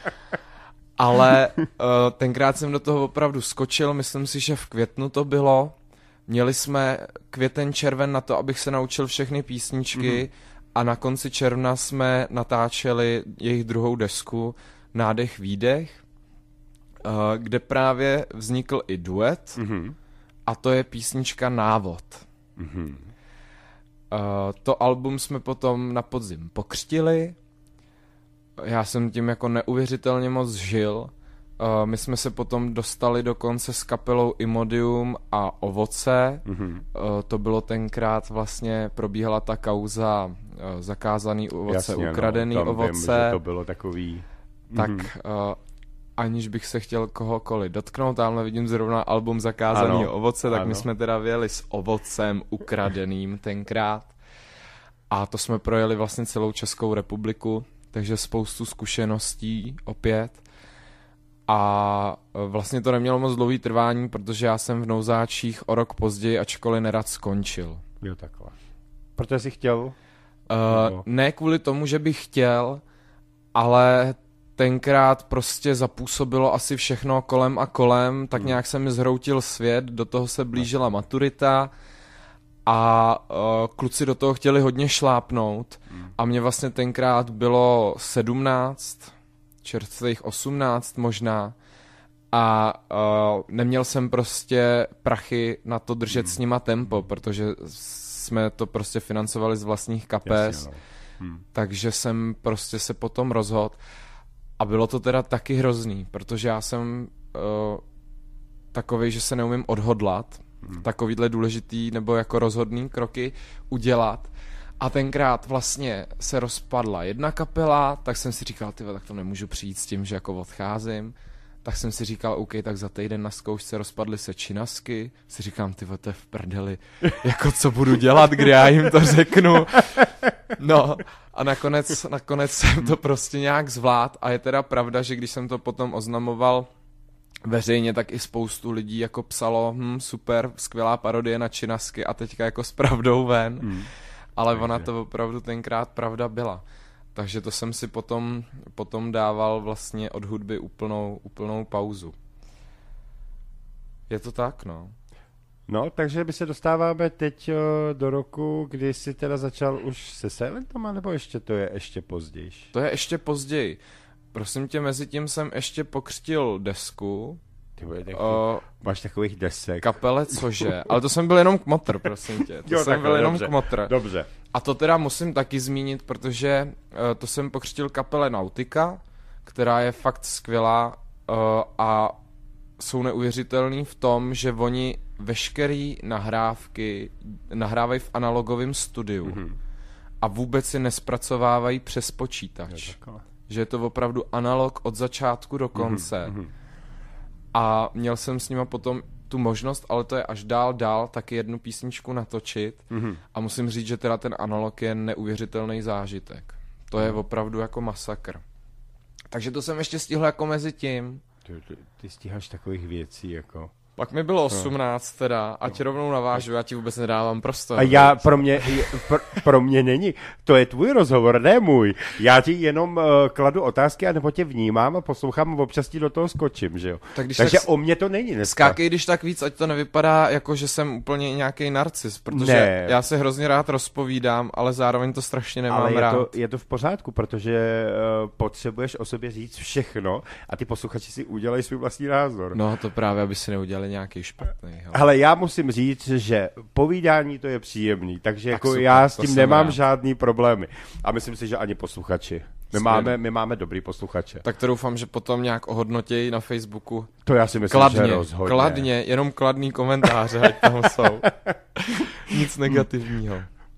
Ale uh, tenkrát jsem do toho opravdu skočil, myslím si, že v květnu to bylo. Měli jsme květen, červen na to, abych se naučil všechny písničky mm-hmm. a na konci června jsme natáčeli jejich druhou desku Nádech, výdech, uh, kde právě vznikl i duet mm-hmm. a to je písnička Návod. Mm-hmm. Uh, to album jsme potom na podzim pokřtili. Já jsem tím jako neuvěřitelně moc žil. Uh, my jsme se potom dostali dokonce s kapelou Imodium a Ovoce. Mm-hmm. Uh, to bylo tenkrát vlastně, probíhala ta kauza uh, zakázaný ovoce, Jasně, ukradený no, tam ovoce. Vím, že to bylo takový... Tak mm-hmm. uh, aniž bych se chtěl kohokoliv dotknout, tamhle vidím zrovna album Zakázaný ovoce, tak ano. My jsme teda vyjeli s ovocem ukradeným tenkrát. A to jsme projeli vlastně celou Českou republiku. Takže spoustu zkušeností opět. A vlastně to nemělo moc dlouhý trvání, protože já jsem v Nouzáčích o rok později, ačkoliv nerad skončil. Jo, takhle. Protože jsi chtěl? Uh, ne kvůli tomu, že bych chtěl, ale tenkrát prostě zapůsobilo asi všechno kolem a kolem, tak hmm. nějak se mi zhroutil svět, do toho se blížila maturita a uh, kluci do toho chtěli hodně šlápnout hmm. a mě vlastně tenkrát bylo sedmnáct, čerstvých osmnáct možná a uh, neměl jsem prostě prachy na to držet hmm. s nima tempo, protože jsme to prostě financovali z vlastních kapes, Jasně, no. hmm. takže jsem prostě se potom rozhodl a bylo to teda taky hrozný, protože já jsem uh, takovej, že se neumím odhodlat, Hmm. takovýhle důležitý nebo jako rozhodný kroky udělat. A tenkrát vlastně se rozpadla jedna kapela, tak jsem si říkal, tyva, tak to nemůžu přijít s tím, že jako odcházím. Tak jsem si říkal, OK, tak za týden na zkoušce rozpadly se Činasky. Si říkám, tyva, to je v prdeli. Jako co budu dělat, kdy já jim to řeknu. No a nakonec, nakonec jsem to prostě nějak zvlád a je teda pravda, že když jsem to potom oznamoval veřejně, tak i spoustu lidí jako psalo, hm, super, skvělá parodie na činasky a teďka jako s pravdou ven. Hmm. Ale Takže. ona to opravdu tenkrát pravda byla. Takže to jsem si potom, potom dával vlastně od hudby úplnou, úplnou pauzu. Je to tak, no. No, takže my se dostáváme teď o, do roku, kdy jsi teda začal už se Silentama, nebo ještě to je ještě později? To je ještě později. Prosím tě, mezi tím jsem ještě pokřtil desku. Ty bude taky, o, máš takových desek. Kapele Cože, ale to jsem byl jenom kmotr, prosím tě. To jo, jsem takhle, byl jenom dobře, kmotr. Dobře. A to teda musím taky zmínit, protože uh, to jsem pokřtil kapele Nautika, která je fakt skvělá uh, a jsou neuvěřitelný v tom, že oni veškerý nahrávky nahrávají v analogovém studiu mm-hmm. a vůbec si nespracovávají přes počítač. Je že je to opravdu analog od začátku do konce. Mm-hmm. A měl jsem s nima potom tu možnost, ale to je až dál, dál, taky jednu písničku natočit. Mm-hmm. A musím říct, že teda ten analog je neuvěřitelný zážitek. To je mm. opravdu jako masakr. Takže to jsem ještě stihl jako mezi tím. Ty, ty, ty stíháš takových věcí, jako... Pak mi bylo osmnáct teda, ať no. rovnou navážu, já ti vůbec nedávám prostor. A já, pro mě, pro, pro mě není, to je tvůj rozhovor, ne můj. Já ti jenom uh, kladu otázky a nebo tě vnímám a poslouchám a občas ti do toho skočím, že jo. Tak Takže tak o mě to není dneska. Skákej, když tak víc, ať to nevypadá jako, že jsem úplně nějaký narcis, protože ne. já se hrozně rád rozpovídám, ale zároveň to strašně nemám ale je rád. To, je to v pořádku, protože uh, potřebuješ o sobě říct všechno a ty posluchači si udělají svůj vlastní názor. No to právě, aby si neudělali nějaký špatný. Hele. Ale já musím říct, že povídání to je příjemný, takže tak jako super, já s tím nemám rád. žádný problémy. A myslím si, že ani posluchači. My máme, my máme dobrý posluchače. Tak to doufám, že potom nějak ohodnotějí na Facebooku. To já si myslím, kladně, že rozhodně. Kladně, jenom kladný komentáře, ať tam jsou. Nic negativního.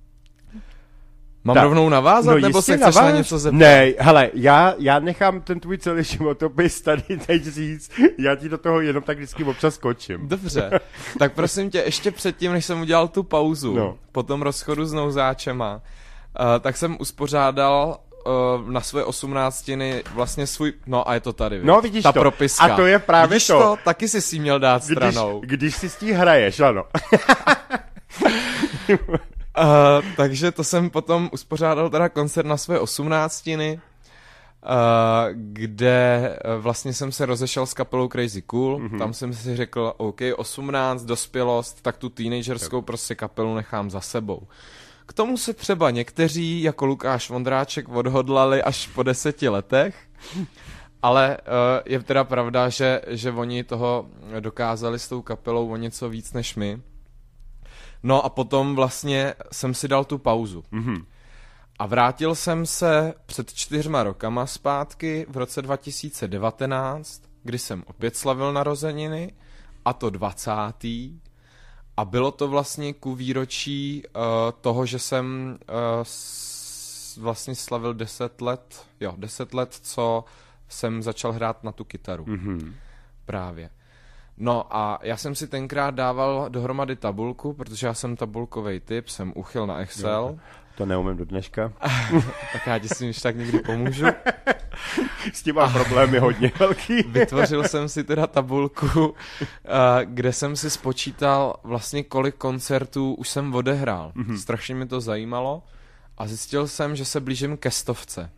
Mám tak. rovnou navázat, no nebo se chceš naváž? na něco zeptat? Ne, hele, já, já nechám ten tvůj celý životopis tady teď říct, já ti do toho jenom tak vždycky občas skočím. Dobře, tak prosím tě, ještě předtím, než jsem udělal tu pauzu, no. po tom rozchodu s nouzáčema, uh, tak jsem uspořádal uh, na své osmnáctiny vlastně svůj, no a je to tady, no, vidíš ta to. propiska. A to je právě vidíš to. to, taky jsi si měl dát když, stranou. Když si s tí hraješ, ano. Uh, takže to jsem potom uspořádal teda koncert na své osmnáctiny, uh, kde uh, vlastně jsem se rozešel s kapelou Crazy Cool. Mm-hmm. Tam jsem si řekl, OK, osmnáct, dospělost, tak tu teenagerskou prostě kapelu nechám za sebou. K tomu se třeba někteří, jako Lukáš Vondráček, odhodlali až po deseti letech, ale uh, je teda pravda, že, že oni toho dokázali s tou kapelou o něco víc než my. No a potom vlastně jsem si dal tu pauzu. Mm-hmm. A vrátil jsem se před čtyřma rokama zpátky v roce dva tisíce devatenáct, kdy jsem opět slavil narozeniny, a to dvacátý A bylo to vlastně ku výročí uh, toho, že jsem uh, s, vlastně slavil deset let, jo, deset let, co jsem začal hrát na tu kytaru. Mm-hmm. Právě. No a já jsem si tenkrát dával dohromady tabulku, protože já jsem tabulkovej typ, jsem uchyl na Excel. Jo, to neumím do dneška. Tak já ti s tím tak někdy pomůžu. S tím mám problémy hodně velký. Vytvořil jsem si teda tabulku, kde jsem si spočítal vlastně kolik koncertů už jsem odehrál. Mm-hmm. Strašně mi to zajímalo a zjistil jsem, že se blížím ke stovce.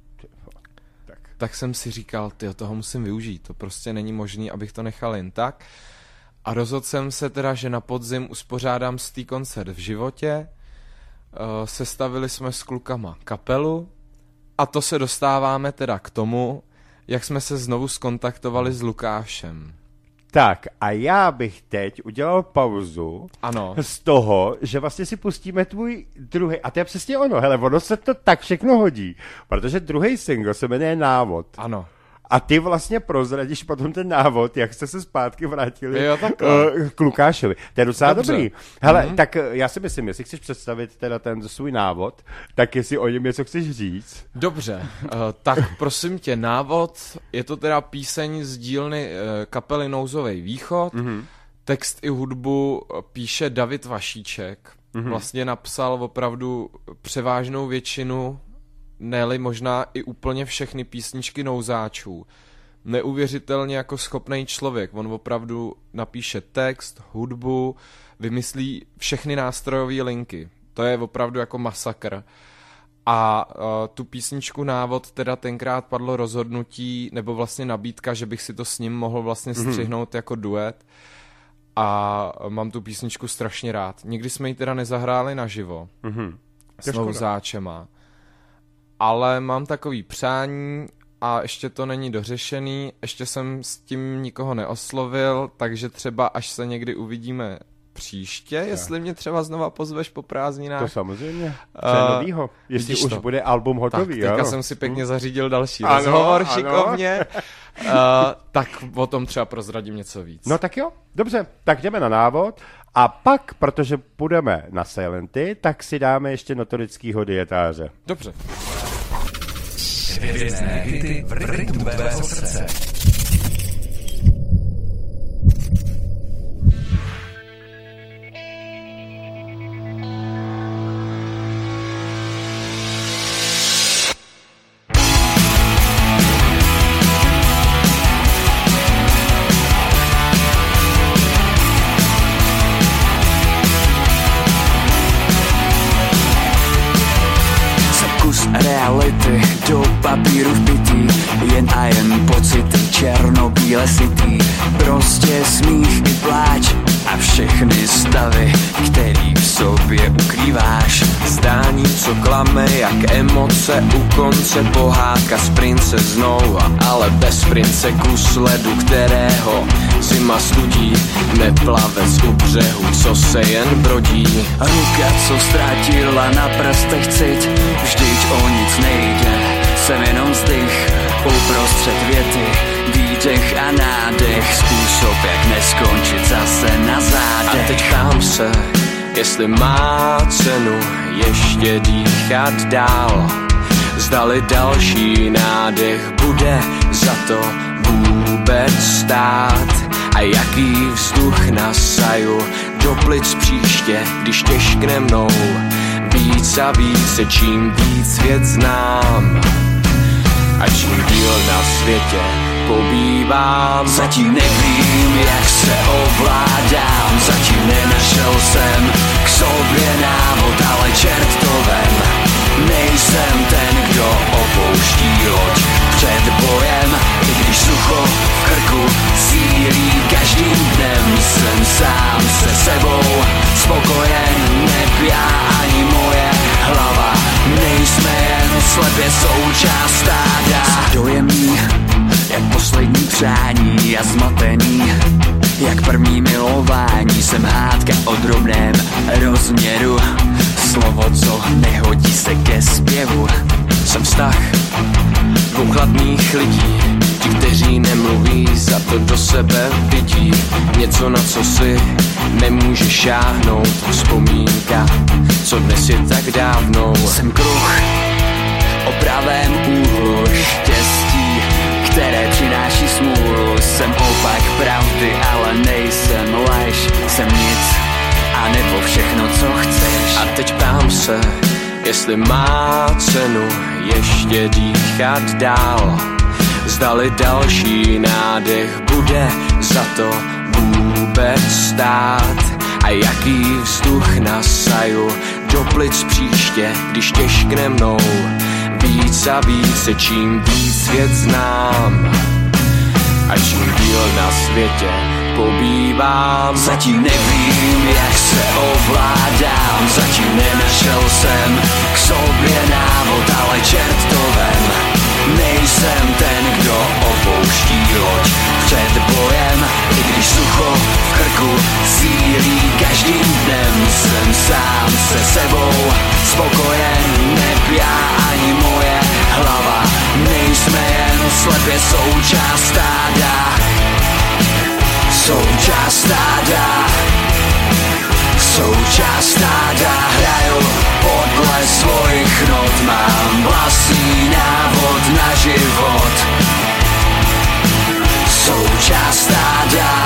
Tak jsem si říkal, tyjo, toho musím využít, to prostě není možný, abych to nechal jen tak. A rozhodl jsem se teda, že na podzim uspořádám stý koncert v životě, uh, sestavili jsme s klukama kapelu a to se dostáváme teda k tomu, jak jsme se znovu skontaktovali s Lukášem. Tak a já bych teď udělal pauzu ano. z toho, že vlastně si pustíme tvůj druhý, a to je přesně ono, hele, ono se to tak všechno hodí, protože druhý single se jmenuje Návod. Ano. A ty vlastně prozradíš potom ten návod, jak jste se zpátky vrátili jo, uh, k Lukášovi. To je docela Dobře. dobrý. Hele, mm-hmm. tak já si myslím, jestli chceš představit teda ten svůj návod, tak jestli o něm něco chceš říct. Dobře, uh, tak prosím tě, návod, je to teda píseň z dílny uh, kapely Nouzovej východ, mm-hmm. text i hudbu píše David Vašíček, mm-hmm. vlastně napsal opravdu převážnou většinu, ne-li možná i úplně všechny písničky Nouzáčů. neuvěřitelně jako schopný člověk. On opravdu napíše text, hudbu, vymyslí všechny nástrojové linky. To je opravdu jako masakr. A uh, tu písničku Návod teda tenkrát padlo rozhodnutí, nebo vlastně nabídka, že bych si to s ním mohl vlastně střihnout mm-hmm. jako duet. A mám tu písničku strašně rád. Nikdy jsme ji teda nezahráli naživo. Mm-hmm. S Nouzáčema. Ale mám takový přání a ještě to není dořešený. Ještě jsem s tím nikoho neoslovil, takže třeba až se někdy uvidíme příště, tak. Jestli mě třeba znova pozveš po prázdninách. To samozřejmě. Co je novýho? Jestli už to. Bude album hotový. Tak, teďka jsem si pěkně zařídil další ano, rozhovor ano. šikovně. uh, tak o tom třeba prozradím něco víc. No tak jo, dobře, tak jdeme na návod. A pak, protože půjdeme na Silenty, tak si dáme ještě notorickýho dietáře. Dobře. Hvězdné hity v rytmu tvého srdce. Reality do papíru vbitý, jen a jen pocity černobíle sytý, prostě smích i pláč a všechny stavy, který v sobě ukrýváš. Zdání, co klame, jak emoce u konce, pohádka s princeznou, ale bez prince kus ledu, kterého zima studí, neplavec u břehu, co se jen brodí. Ruka, co ztratila na prstech cit, vždyť o nic nejde, jsem jenom vzdych uprostřed věty, výdech a nádech, způsob jak neskončit zase na zádech. A teď ptám se, jestli má cenu ještě dýchat dál, zdali další nádech bude za to vůbec stát. A jaký vzduch nasaju do plic příště, když těžkne mnou víc a více, čím víc svět znám a čím díl na světě pobývám. Zatím nevím, jak se ovládám, zatím nenašel jsem k sobě návod, ale čert to vem. Nejsem ten, kdo opouští loď před bojem, i když sucho v krku sílí každým dnem. Jsem sám se sebou spokojen, nepjá ani moje hlava, nejsme jen slepě součást stáda. Dojemný jak poslední přání a zmatený jak první milování, jsem hádka o drobném rozměru, slovo, co nehodí se ke zpěvu. Jsem vztah dvou chladných lidí, ti, kteří nemluví, za to do sebe vidí něco, na co si nemůže šáhnout. Vzpomínka, co dnes je tak dávnou. Jsem kruh o pravém úhlu štěstí, které přináší smůlu. Jsem opak pravdy, ale nejsem lež. Jsem nic a nebo všechno, co chceš. A teď ptám se, jestli má cenu ještě dýchat dál, zdali další nádech bude za to vůbec stát. A jaký vzduch nasaju do plic příště, když těžkne mnou víc a více, čím víc svět znám a čím díl na světě pobývám. Zatím nevím, jak se ovládám, zatím nenašel jsem k sobě návod, ale čert to vem. Nejsem ten, kdo opouští loď před bojem, i když sucho v krku sílí každým dnem. Jsem sám se sebou spokojen, nepjá ani moje hlava, nejsme jen slepě součást stáda. Součást stáda, součást stáda, hraju podle svojich not, mám vlastní návod na život. Součást stáda,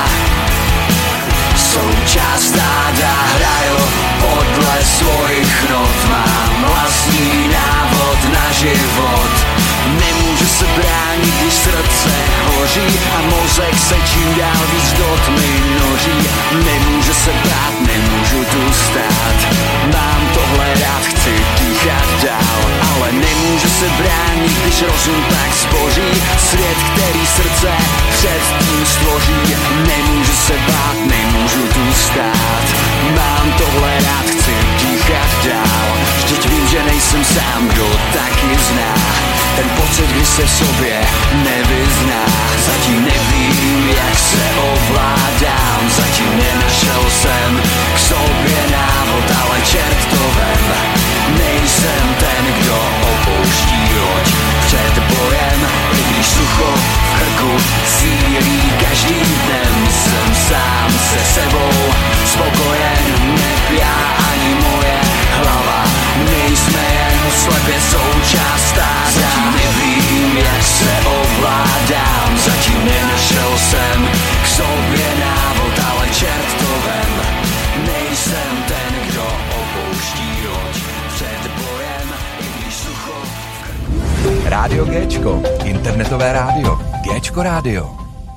součást stáda, hraju podle svojich not, mám vlastní návod na život. Nemůžu se bránit, když srdce hoří hoří a mozek se čím dál víc do tmy noří. Nemůžu se bát, nemůžu tu stát, mám tohle rád, chci dýchat dál, ale nemůžu se bránit, když rozum tak zboří. Svět, který srdce předtím stvoří. Nemůžu se bát, nemůžu tu stát, mám tohle rád, chci dýchat dál. Vždyť vím, že nejsem sám, kdo taky zná ten pocit, kdy se v sobě nevyzná. Zatím nevím, jak se ovládám, zatím nenašel jsem k sobě návod, ale čert to vem. Nejsem ten, kdo opouští loď před bojem, i když sucho v krku sílí každým dnem. Jsem sám se sebou spokojen, neb já ani moje hlava, nejsme jen slepě součást stáda. Zatím nevím, jak se ovládám, zatím nenašel jsem k sobě návod, ale čert to vem. Nejsem ten, kdo opouští loď před bojem, i když sucho v krku. Rádio Géčko, internetové rádio, Géčko rádio.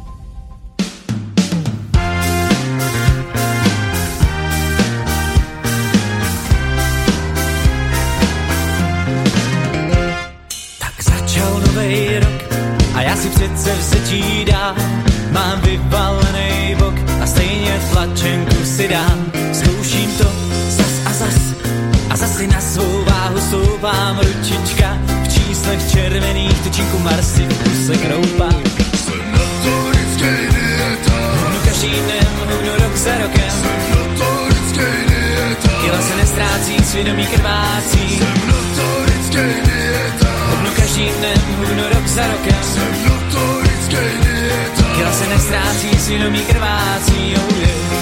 Novej rok a já si přece vzetí dám, mám vyvalenej bok a stejně tlačenku si dám. Zkouším to zas a zas a zas si na svou váhu stoupám. Ručička v číslech červených, tyčinku Marsy v kuse kroupa. Jsem notorický dieta, hubnu každým dnem, hubnu rok za rokem. jsem notorický dieta, Kila se nestrácí, svědomí krvácí. jsem notorický dieta, Hubnu každým dnem, hubnu rok za rokem. jsem notorický dieta, Kila se nestrácí, svědomí krvácí, oh yeah.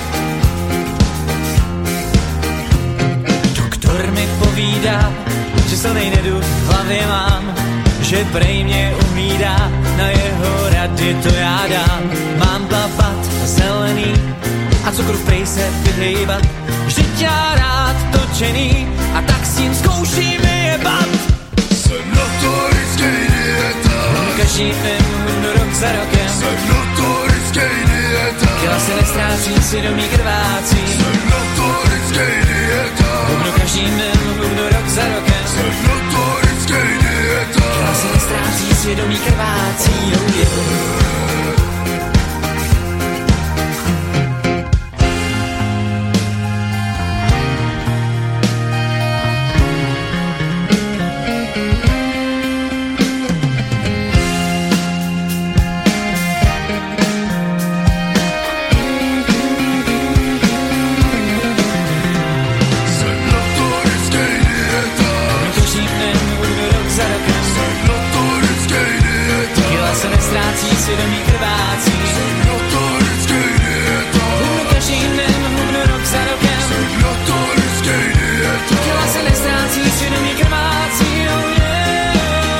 Doktor mi povídá, že silnej neduch v hlavě mám, že prej mě umídá, na jeho rady to já dám. Mám plavat zelený a cukru v prej se vyhejbat, vždyť já rád točený a tak s tím zkouším jebat. jsem notorický dieta, Každým dnem, hubnu rok za rokem. jsem notorický dieta, Kila se nestrácí, svědomí krvácí. jsem notorický dieta, Hubnu každým dnem, hubnu rok za rokem. jsem notorický dieta, Kila se nestrácí, svědomí krvácí, oh yeah. jsem notorický dieta, Každým dnem, hubnu rok za rokem. jsem notorický dieta, Kila se nestrácí, svědomí krvácí. notorický dieta, Hubnu každým dnem, hubnu rok za rokem. jsem notorický dieta, Kila se nestrácí, svědomí krvácí, oh yeah.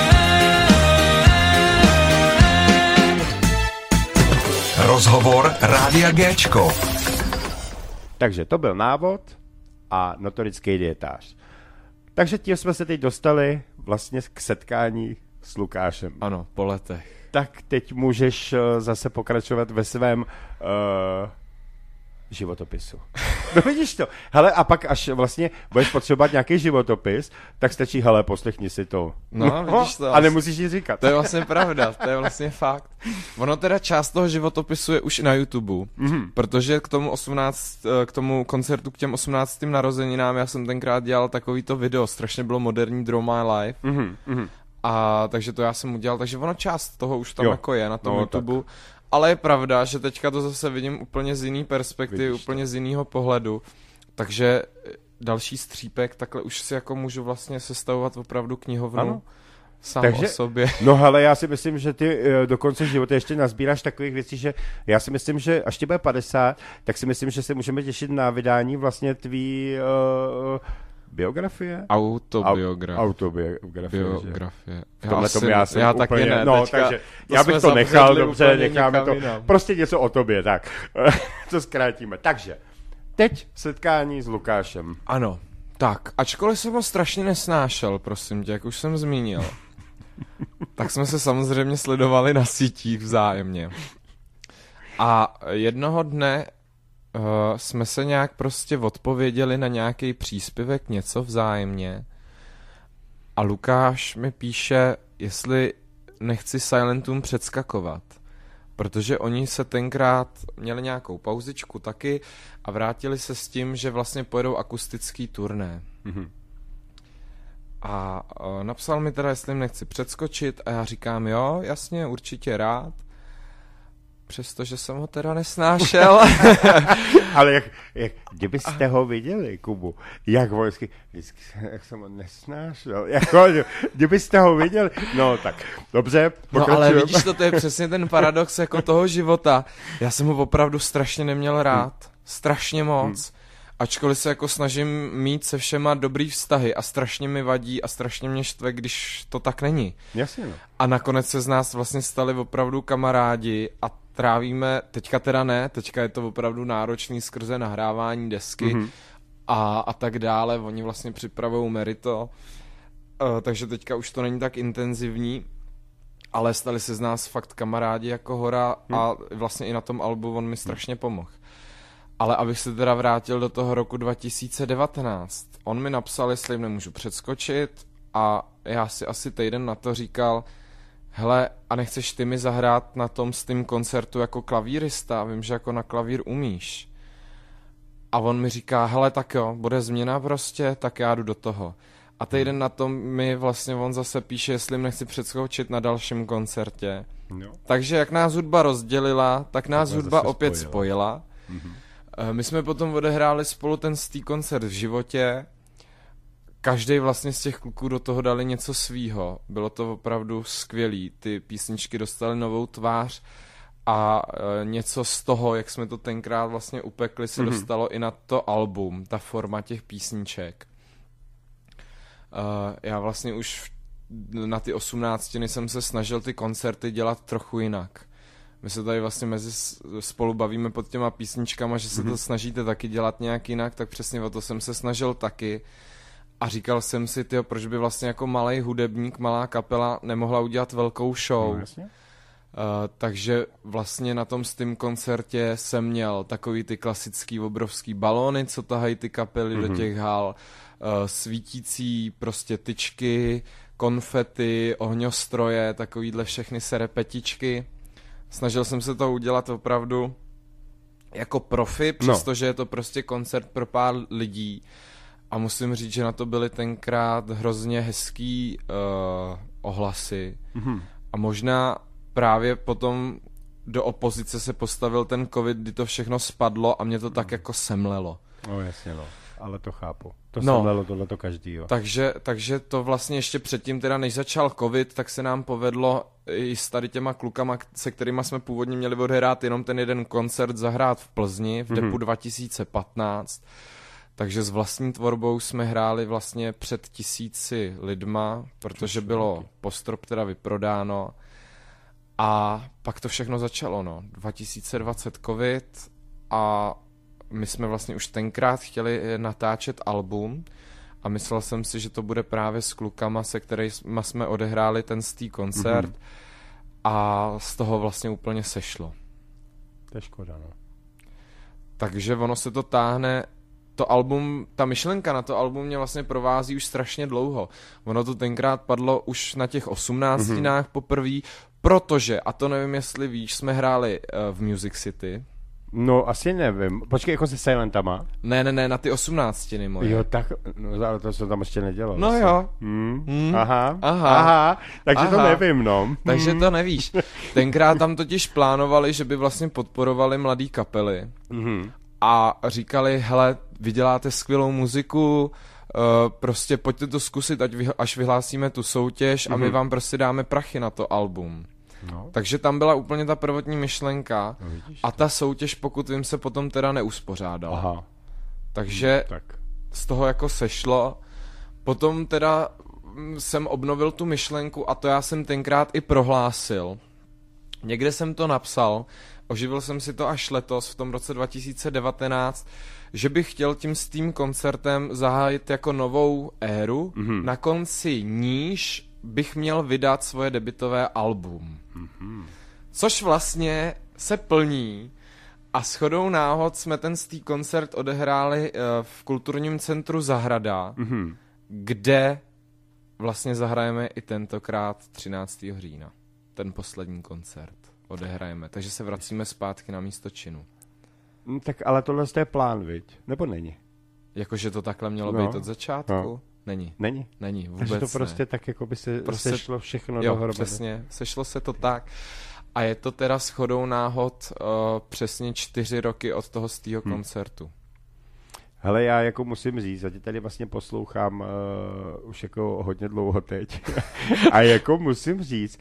Rozhovor Rádia Géčko. Takže to byl návod a notorický dietář. Takže tím jsme se teď dostali vlastně k setkání s Lukášem. Ano, po letech. Tak teď můžeš uh, zase pokračovat ve svém uh, životopisu. No vidíš to. Hele, a pak až vlastně budeš potřebovat nějaký životopis, tak stačí, hele, poslechni si to. No, vidíš to. A nemusíš nic říkat. To je vlastně pravda, to je vlastně fakt. Ono teda část toho životopisu je už na YouTube, mm-hmm. protože k tomu osmnáct, k tomu koncertu k těm osmnáctým narozeninám já jsem tenkrát dělal takovýto video, strašně bylo moderní Draw My Life. Mm-hmm. A takže to já jsem udělal, takže ono část toho už tam Jo. jako je na tom No, YouTube. Tak. Ale je pravda, že teďka to zase vidím úplně z jiný perspektivy, Vidíš úplně to. z jiného pohledu. Takže další střípek, takhle už si jako můžu vlastně sestavovat opravdu knihovnu. Ano. Sám Takže, o sobě. No hele, já si myslím, že ty uh, do konce života ještě nazbíráš takových věcí, že já si myslím, že až ti bude padesát, tak si myslím, že se můžeme těšit na vydání vlastně tvý uh, biografie? Autobiografie. Au, autobiografie. Biografie. V tomhle tomu já jsem já úplně, taky ne, no, teďka, takže to já bych jsme to nechal, dobře, úplně necháme to, jinam. prostě něco o tobě, tak, to zkrátíme. Takže, teď setkání s Lukášem. Ano, tak, ačkoliv jsem ho strašně nesnášel, prosím tě, jak už jsem zmínil, tak jsme se samozřejmě sledovali na sítích vzájemně. A jednoho dne uh, jsme se nějak prostě odpověděli na nějaký příspěvek, něco vzájemně. A Lukáš mi píše, jestli nechci Silentům předskakovat. Protože oni se tenkrát měli nějakou pauzičku taky a vrátili se s tím, že vlastně pojedou akustický turné. Mm-hmm. A uh, napsal mi teda, jestli jim nechci předskočit a já říkám, jo, jasně, určitě rád. Přestože jsem ho teda nesnášel. Ale jak, jak, kdybyste ho viděli, Kubu, jak vojsky, vždycky, jak jsem ho nesnášel, jako, kdybyste ho viděli, no tak, dobře, pokračujeme. No ale vidíš to, to je přesně ten paradox jako toho života. Já jsem ho opravdu strašně neměl rád, hmm. strašně moc. Hmm. Ačkoliv se jako snažím mít se všema dobrý vztahy a strašně mi vadí a strašně mě štve, když to tak není. Jasně, no. A nakonec se z nás vlastně stali opravdu kamarádi a trávíme, teďka teda ne, teďka je to opravdu náročný skrze nahrávání desky mm-hmm. a, a tak dále, oni vlastně připravují Merito, uh, takže teďka už to není tak intenzivní, ale stali se z nás fakt kamarádi jako hora mm. a vlastně i na tom albu on mi strašně pomohl. Ale abych se teda vrátil do toho roku dva tisíce devatenáct, on mi napsal, jestli jim nemůžu předskočit a já si asi týden na to říkal, hele, a nechceš ty mi zahrát na tom s tím koncertu jako klavírista? Vím, že jako na klavír umíš. A on mi říká, hele, tak jo, bude změna prostě, tak já jdu do toho. A týden na tom mi vlastně on zase píše, jestli mi nechci předskočit na dalším koncertě. No. Takže jak nás hudba rozdělila, tak nás tak hudba opět spojila. spojila. Mhm. My jsme potom odehráli spolu ten stý koncert v životě. Každý vlastně z těch kluků do toho dali něco svýho. Bylo to opravdu skvělý. Ty písničky dostaly novou tvář a e, něco z toho, jak jsme to tenkrát vlastně upekli, se mm-hmm. dostalo i na to album, ta forma těch písniček. E, já vlastně už v, na ty osmnáctiny jsem se snažil ty koncerty dělat trochu jinak. My se tady vlastně mezi spolu bavíme pod těma písničkama, že se mm-hmm. to snažíte taky dělat nějak jinak, tak přesně o to jsem se snažil taky. A říkal jsem si, tyjo, proč by vlastně jako malej hudebník, malá kapela nemohla udělat velkou show. No, uh, takže vlastně na tom Steam koncertě jsem měl takový ty klasický obrovský balóny, co tahají ty kapely mm-hmm. do těch hal, uh, svítící prostě tyčky, konfety, ohňostroje, takovýhle všechny serepetičky. Snažil jsem se to udělat opravdu jako profi, přestože no. je to prostě koncert pro pár lidí. A musím říct, že na to byly tenkrát hrozně hezký uh, ohlasy. Mm-hmm. A možná právě potom do opozice se postavil ten covid, kdy to všechno spadlo a mě to tak jako semlelo. No jasně, no. Ale to chápu. To no, semlelo tohleto každýho. Takže, takže to vlastně ještě předtím, teda než začal covid, tak se nám povedlo i s tady těma klukama, se kterýma jsme původně měli odehrát jenom ten jeden koncert, zahrát v Plzni v mm-hmm. Depu dva tisíce patnáct. Takže s vlastní tvorbou jsme hráli vlastně před tisíci lidma, protože bylo postrop teda vyprodáno. A pak to všechno začalo, no. dva tisíce dvacet covid a my jsme vlastně už tenkrát chtěli natáčet album a myslel jsem si, že to bude právě s klukama, se kterými jsme odehráli ten stý koncert mm-hmm. a z toho vlastně úplně sešlo. To je škoda, no. Takže ono se to táhne. To album, ta myšlenka na to album mě vlastně provází už strašně dlouho. Ono to tenkrát padlo už na těch osmnáctinách mm-hmm. poprvé, protože, a to nevím, jestli víš, jsme hráli uh, v Music City. No, asi nevím. Počkej, jako se Silentama? Ne, ne, ne, na ty osmnáctiny moje. Jo, tak, no, ale to jsem tam ještě nedělal. No asi. jo. Hmm. Hmm. Aha, aha, aha, takže aha. to nevím, no. Takže hmm. to nevíš. Tenkrát tam totiž plánovali, že by vlastně podporovali mladý kapely. Hmm. A říkali, hele, vy děláte skvělou muziku, uh, prostě pojďte to zkusit, ať vy, až vyhlásíme tu soutěž a my vám prostě dáme prachy na to album. No. Takže tam byla úplně ta prvotní myšlenka no, a ta soutěž, pokud vím, se potom teda neuspořádala. Aha. Takže hmm, tak. z toho jako sešlo. Potom teda jsem obnovil tu myšlenku a to já jsem tenkrát i prohlásil. Někde jsem to napsal, oživil jsem si to až letos, v tom roce dva tisíce devatenáct, že bych chtěl tím s tím koncertem zahájit jako novou éru, mm-hmm. na konci níž bych měl vydat svoje debutové album. Mm-hmm. Což vlastně se plní a shodou náhod jsme ten stý koncert odehráli uh, v kulturním centru Zahrada, mm-hmm. kde vlastně zahrajeme i tentokrát třináctého října. Ten poslední koncert odehrajeme, takže se vracíme zpátky na místo činu. No, tak ale tohle je plán, viď? Nebo není? Jakože to takhle mělo no, být od začátku? No. Není. Není? Není, vůbec takže to prostě ne. tak jako by se prostě, sešlo všechno jo, dohromady. přesně, sešlo se to tak. A je to teda shodou náhod uh, přesně čtyři roky od toho stýho hmm. koncertu. Hele, já jako musím říct, já tě tady vlastně poslouchám uh, už jako hodně dlouho teď a jako musím říct,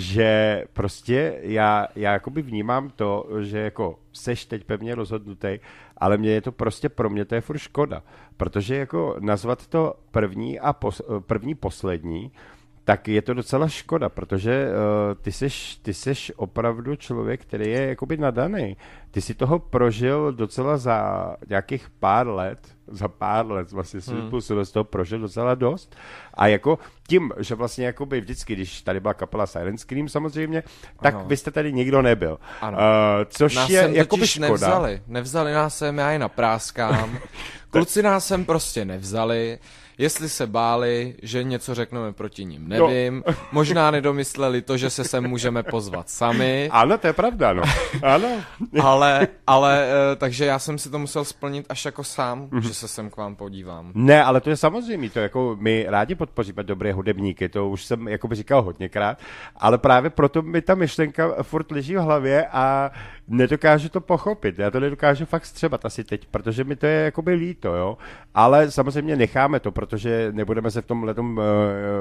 že prostě já, já jakoby vnímám to, že jako seš teď pevně rozhodnutý, ale mě je to prostě, pro mě to je furt škoda, protože jako nazvat to první a pos, první poslední, tak je to docela škoda, protože uh, ty seš, ty seš opravdu člověk, který je jakoby nadaný. Ty si toho prožil docela za nějakých pár let, za pár let vlastně svým hmm. způsobem z toho prožil docela dost. A jako tím, že vlastně jakoby vždycky, když tady byla kapela Silent Scream samozřejmě, tak ano. vy jste tady nikdo nebyl. Ano. Uh, což nás je sem jakoby škoda. Nevzali. Nevzali nás sem, já je napráskám. Kluci nás sem prostě nevzali. Jestli se báli, že něco řekneme proti ním, nevím. No. Možná nedomysleli to, že se sem můžeme pozvat sami. Ano, to je pravda, no. Ano. ale, ale, takže já jsem si to musel splnit až jako sám, mm-hmm. že se sem k vám podívám. Ne, ale to je samozřejmě, to jako my rádi podpoříme dobré hudebníky, to už jsem jakoby říkal hodněkrát, ale právě proto mi ta myšlenka furt leží v hlavě a nedokážu to pochopit. Já to nedokážu fakt střebat asi teď, protože mi to je jakoby líto, jo. Ale samozřejmě necháme to, protože nebudeme se v tom letom uh,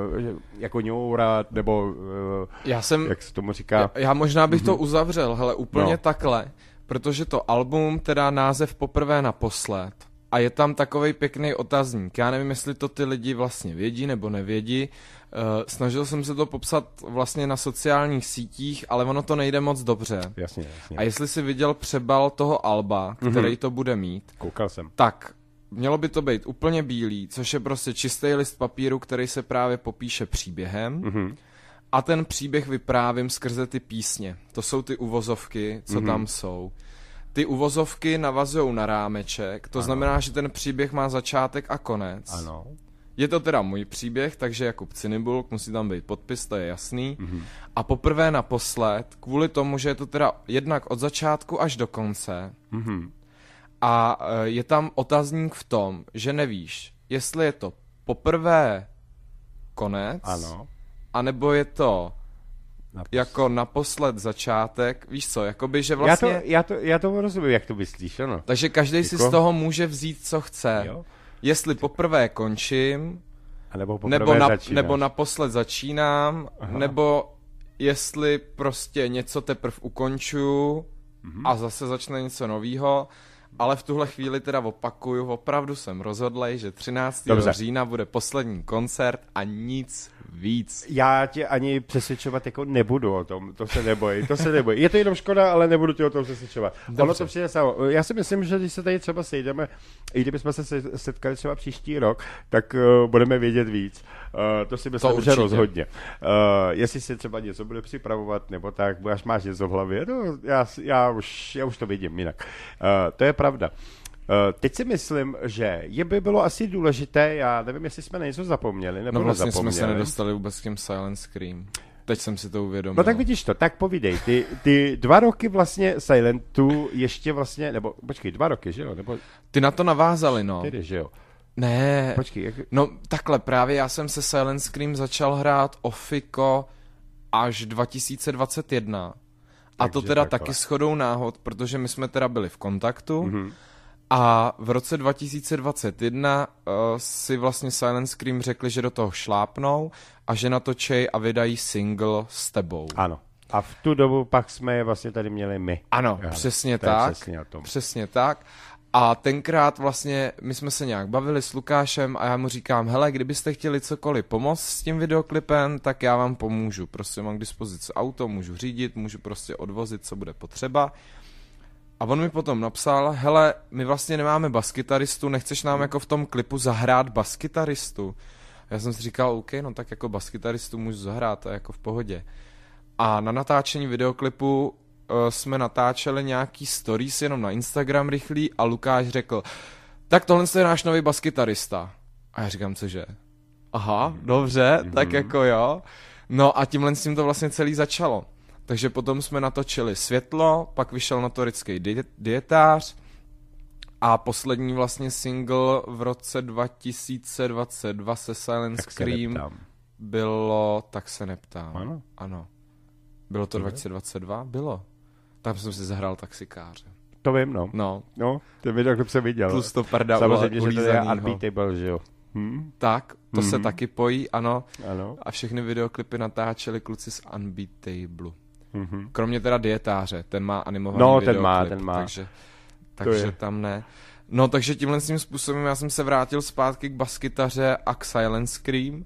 jako ňourat, nebo uh, já jsem, jak se tomu říká. Já, já možná bych mm-hmm. to uzavřel, hele, úplně no. takhle, protože to album teda název Poprvé naposled a je tam takovej pěkný otazník. Já nevím, jestli to ty lidi vlastně vědí nebo nevědí. Uh, snažil jsem se to popsat vlastně na sociálních sítích, ale ono to nejde moc dobře. Jasně, jasně. A jestli jsi viděl přebal toho alba, který mm-hmm. to bude mít, koukal jsem. Tak mělo by to být úplně bílý, což je prostě čistý list papíru, který se právě popíše příběhem. Mm-hmm. A ten příběh vyprávím skrze ty písně. To jsou ty uvozovky, co mm-hmm. tam jsou. Ty uvozovky navazují na rámeček, to ano. znamená, že ten příběh má začátek a konec. Ano. Je to teda můj příběh, takže Jakub Cinibulk, musí tam být podpis, to je jasný. Mm-hmm. A poprvé naposled, kvůli tomu, že je to teda jednak od začátku až do konce, mm-hmm. a je tam otazník v tom, že nevíš, jestli je to poprvé konec, ano. anebo je to naposled. Jako naposled začátek, víš co, jakoby, že vlastně... Já to, já to, já to rozumím, jak to myslíš, ano. Takže každý jako... si z toho může vzít, co chce. Jo? Jestli poprvé končím, a nebo, poprvé nebo, na, nebo naposled začínám, aha. nebo jestli prostě něco teprv ukončuju mhm. a zase začne něco novýho. Ale v tuhle chvíli teda opakuju, opravdu jsem rozhodlej, že třináctého Dobře. října bude poslední koncert a nic víc. Já tě ani přesvědčovat jako nebudu o tom, to se neboj, to se neboj. Je to jenom škoda, ale nebudu tě o tom přesvědčovat. Ono to přijde samo. Já si myslím, že když se tady třeba sejdeme, i kdybychom se setkali třeba příští rok, tak uh, budeme vědět víc. Uh, to si myslím, že rozhodně. Uh, jestli si třeba něco bude připravovat, nebo tak, až máš něco v hlavě, no, já, já, už, já už to vidím jinak. Uh, to je pravda. Uh, teď si myslím, že je by bylo asi důležité, já nevím, jestli jsme na něco zapomněli, nebo no vlastně nezapomněli. jsme se nedostali vůbec k těm Silent Scream. Teď jsem si to uvědomil. No tak vidíš to, tak povídej, ty, ty dva roky vlastně Silentu ještě vlastně, nebo počkej, dva roky, že jo? Nebo... Ty na to navázali, no. Tedy, že jo? Ne, počkej, jak... no takhle, právě já jsem se Silent Scream začal hrát ofiko až dva tisíce dvacet jedna. A to teda takhle. Taky shodou náhod, protože my jsme teda byli v kontaktu mm-hmm. a v roce dva tisíce dvacet jedna uh, si vlastně Silent Scream řekli, že do toho šlápnou a že natočej a vydají single s tebou. Ano. A v tu dobu pak jsme je vlastně tady měli my. Ano, ano přesně tak. Přesně, přesně tak. A tenkrát vlastně my jsme se nějak bavili s Lukášem a já mu říkám, hele, kdybyste chtěli cokoliv pomoct s tím videoklipem, tak já vám pomůžu. Prostě mám k dispozici auto, můžu řídit, můžu prostě odvozit, co bude potřeba. A on mi potom napsal, hele, my vlastně nemáme baskytaristu, nechceš nám jako v tom klipu zahrát baskytaristu? Já jsem si říkal, OK, no tak jako baskytaristu můžu zahrát, to je jako v pohodě. A na natáčení videoklipu uh, jsme natáčeli nějaký stories jenom na Instagram rychlý a Lukáš řekl, tak tohle je náš nový baskytarista. A já říkám, cože? Aha, dobře, mm-hmm. tak jako jo. No a tímhle s tím to vlastně celý začalo. Takže potom jsme natočili Světlo, pak vyšel Notorický di- dietář a poslední vlastně single v roce dva tisíce dvacet dva se Silent tak Scream se bylo Tak se neptám. Ano? Ano. Bylo to dva tisíce dvacet dva? Bylo. Tam jsem si zahrál taxikáře. To vím, no. No. No, ten videoklip jsem viděl. Plus to prda samozřejmě, že to je ulízanýho. Unbeatable, že jo. Hm? Tak, to Mhm. se taky pojí, ano. Ano. A všechny videoklipy natáčeli kluci z Unbeatable. Mhm. Kromě teda dietáře, ten má animovaný No, videoklip. ten má, ten má. Takže, takže tam ne. No, takže tímhle tím způsobem já jsem se vrátil zpátky k baskytaře a k Silent Scream.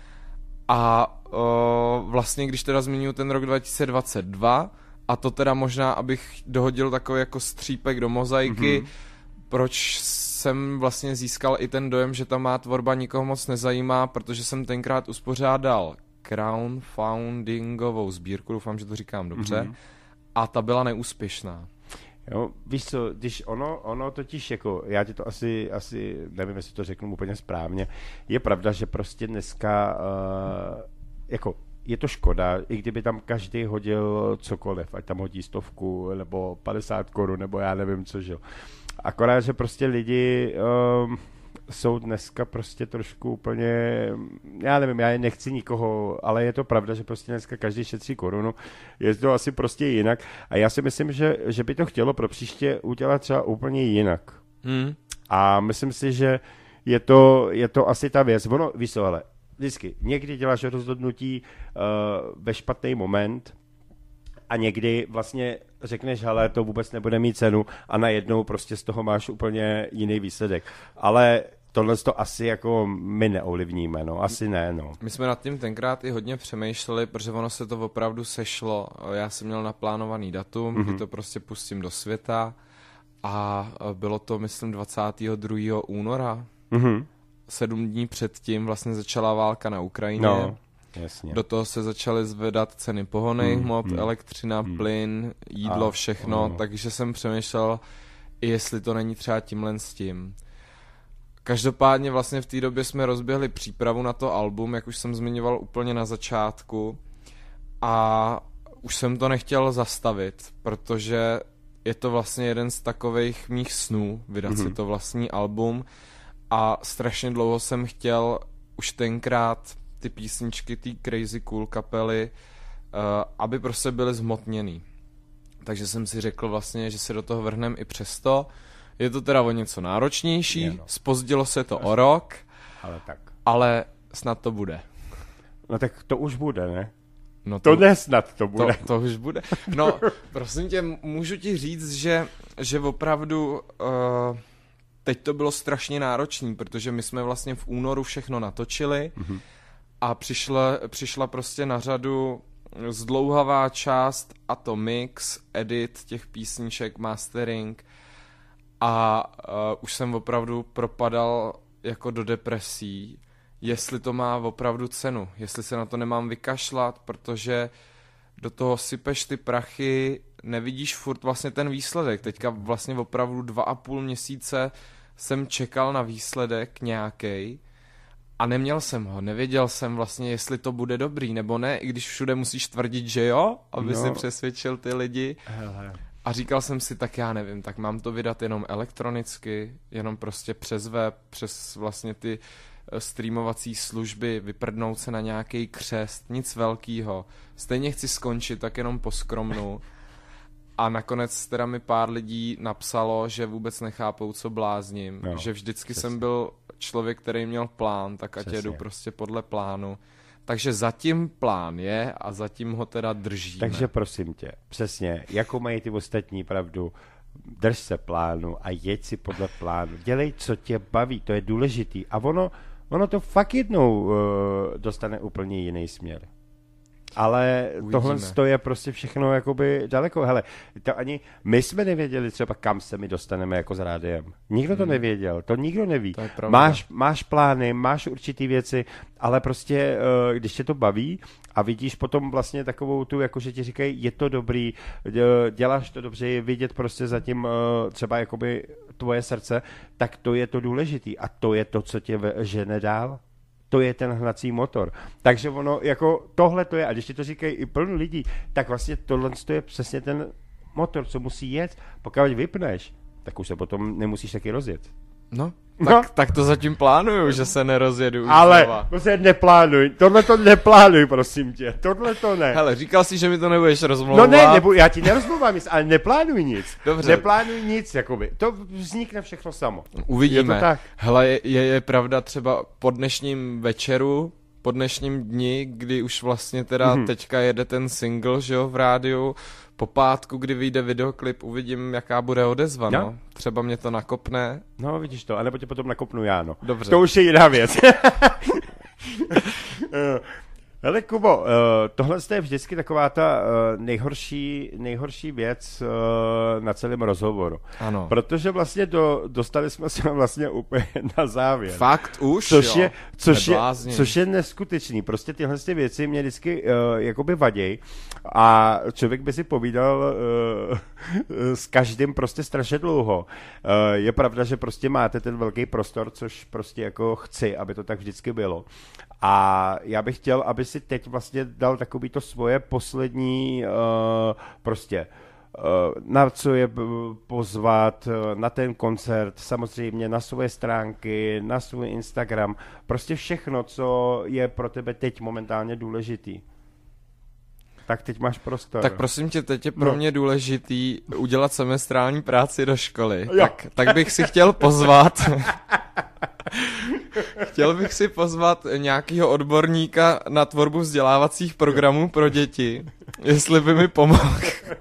A o, vlastně, když teda zmiňuji ten rok dva tisíce dvacet dva, a to teda možná, abych dohodil takový jako střípek do mozaiky, mm-hmm. proč jsem vlastně získal i ten dojem, že ta má tvorba nikoho moc nezajímá, protože jsem tenkrát uspořádal crowdfundingovou sbírku, doufám, že to říkám dobře, mm-hmm. a ta byla neúspěšná. Jo, víš co, když ono, ono totiž jako, já ti to asi, asi, nevím, jestli to řeknu úplně správně, je pravda, že prostě dneska, uh, jako, je to škoda, i kdyby tam každý hodil cokoliv, ať tam hodí stovku, nebo padesát korun, nebo já nevím co, že. Akorát, že prostě lidi um, jsou dneska prostě trošku úplně, já nevím, já nechci nikoho, ale je to pravda, že prostě dneska každý šetří korunu, je to asi prostě jinak a já si myslím, že, že by to chtělo pro příště udělat třeba úplně jinak. Hmm. A myslím si, že je to, je to asi ta věc, ono, víš co, ale vždycky, někdy děláš rozhodnutí uh, ve špatný moment a někdy vlastně řekneš, hele, to vůbec nebude mít cenu a najednou prostě z toho máš úplně jiný výsledek. Ale tohle to asi jako my neovlivníme, no, asi ne, no. My jsme nad tím tenkrát i hodně přemýšleli, protože ono se to opravdu sešlo. Já jsem měl naplánovaný datum, mm-hmm. kdy to prostě pustím do světa a bylo to, myslím, dvacátého druhého února. Mm-hmm. Sedm dní předtím vlastně začala válka na Ukrajině. No, jasně. Do toho se začaly zvedat ceny pohonných mm, hmot, mm, elektřina, mm. plyn, jídlo, A, všechno, no. takže jsem přemýšlel, jestli to není třeba tímhle s tím. Každopádně vlastně v té době jsme rozběhli přípravu na to album, jak už jsem zmiňoval úplně na začátku, a už jsem to nechtěl zastavit, protože je to vlastně jeden z takových mých snů, vydat mm-hmm. si to vlastní album, a strašně dlouho jsem chtěl už tenkrát ty písničky té Crazy Cool kapely, uh, aby prostě byly zhmotněný. Takže jsem si řekl vlastně, že se do toho vrhnem i přesto. Je to teda o něco náročnější, je, no. Zpozdilo se to o rok, ale, tak. ale snad to bude. No tak to už bude, ne? No to, to ne snad to bude. To, to už bude. No, prosím tě, můžu ti říct, že, že opravdu uh, teď to bylo strašně náročný, protože my jsme vlastně v únoru všechno natočili mm-hmm. a přišla, přišla prostě na řadu zdlouhavá část, a to mix, edit těch písniček, mastering, a uh, už jsem opravdu propadal jako do depresí, jestli to má opravdu cenu, jestli se na to nemám vykašlat, protože do toho sypeš ty prachy, nevidíš furt vlastně ten výsledek. Teďka vlastně opravdu dva a půl měsíce jsem čekal na výsledek nějakej a neměl jsem ho, nevěděl jsem vlastně, jestli to bude dobrý nebo ne, i když všude musíš tvrdit, že jo, aby no. si přesvědčil ty lidi. Hele. A říkal jsem si, tak já nevím, tak mám to vydat jenom elektronicky, jenom prostě přes web, přes vlastně ty streamovací služby, vyprdnout se na nějaký křest, nic velkýho. Stejně chci skončit, tak jenom poskromnu. A nakonec teda mi pár lidí napsalo, že vůbec nechápou, co blázním, no, že vždycky přesně. jsem byl člověk, který měl plán, tak ať jedu prostě podle plánu. Takže zatím plán je a zatím ho teda držíme. Takže prosím tě, přesně, jako mají ty ostatní pravdu, drž se plánu a jeď si podle plánu. Dělej, co tě baví, to je důležitý. A ono, ono to fakt jednou uh, dostane úplně jiný směr. Ale Uvidíme. tohle to je prostě všechno jakoby daleko. Hele, to ani my jsme nevěděli třeba, kam se my dostaneme jako s rádiem. Nikdo to Hmm. nevěděl, to nikdo neví. To je pravda. Máš, máš plány, máš určitý věci, ale prostě, eh, když tě to baví a vidíš potom vlastně takovou tu, jako že ti říkají, je to dobrý, dě- děláš to dobře, je vidět prostě zatím eh, třeba jakoby tvoje srdce, tak to je to důležitý a to je to, co tě ve- žene dál. To je ten hnací motor. Takže ono, jako tohle to je, a když ti to říkají i plno lidí, tak vlastně tohle to je přesně ten motor, co musí jet. Pokud vypneš, tak už se potom nemusíš taky rozjet. No, No. tak, tak to zatím plánuju, že se nerozjedu už Ale znova. to se neplánuj, tohle to neplánuj, prosím tě, tohle to ne. Hele, říkal jsi, že mi to nebudeš rozmlouvat. No ne, nebu, já ti nerozmluvám nic, ale neplánuj nic. Dobře. Neplánuj nic, jakoby. To vznikne všechno samo. Uvidíme. Je to tak. Hele, je, je, je pravda třeba po dnešním večeru, po dnešním dni, kdy už vlastně teda Mhm. teďka jede ten single, že jo, v rádiu, po pátku, kdy vyjde videoklip, uvidím, jaká bude odezva, no. No. Třeba mě to nakopne. No, vidíš to, anebo tě potom nakopnu já, no. Dobře. To už je jiná věc. Eh, Hele, Kubo, uh, tohle je vždycky taková ta uh, nejhorší, nejhorší věc uh, na celém rozhovoru. Ano. Protože vlastně do, dostali jsme se vlastně úplně na závěr. Fakt už, Což jo. je, což, je, Neblázním. což je neskutečný. Prostě tyhle ty věci mě vždycky uh, jakoby vaděj a člověk by si povídal uh, s každým prostě strašně dlouho. Uh, je pravda, že prostě máte ten velký prostor, což prostě jako chci, aby to tak vždycky bylo. A já bych chtěl, aby si teď vlastně dal takový to svoje poslední uh, prostě uh, na co je uh, pozvat, uh, na ten koncert, samozřejmě na svoje stránky, na svůj Instagram, prostě všechno, co je pro tebe teď momentálně důležitý. Tak teď máš prostor. Tak prosím tě, teď je pro No. mě důležitý udělat semestrální práci do školy. Jo. Tak, tak bych si chtěl pozvat... Chtěl bych si pozvat nějakého odborníka na tvorbu vzdělávacích programů pro děti, jestli by mi pomohl.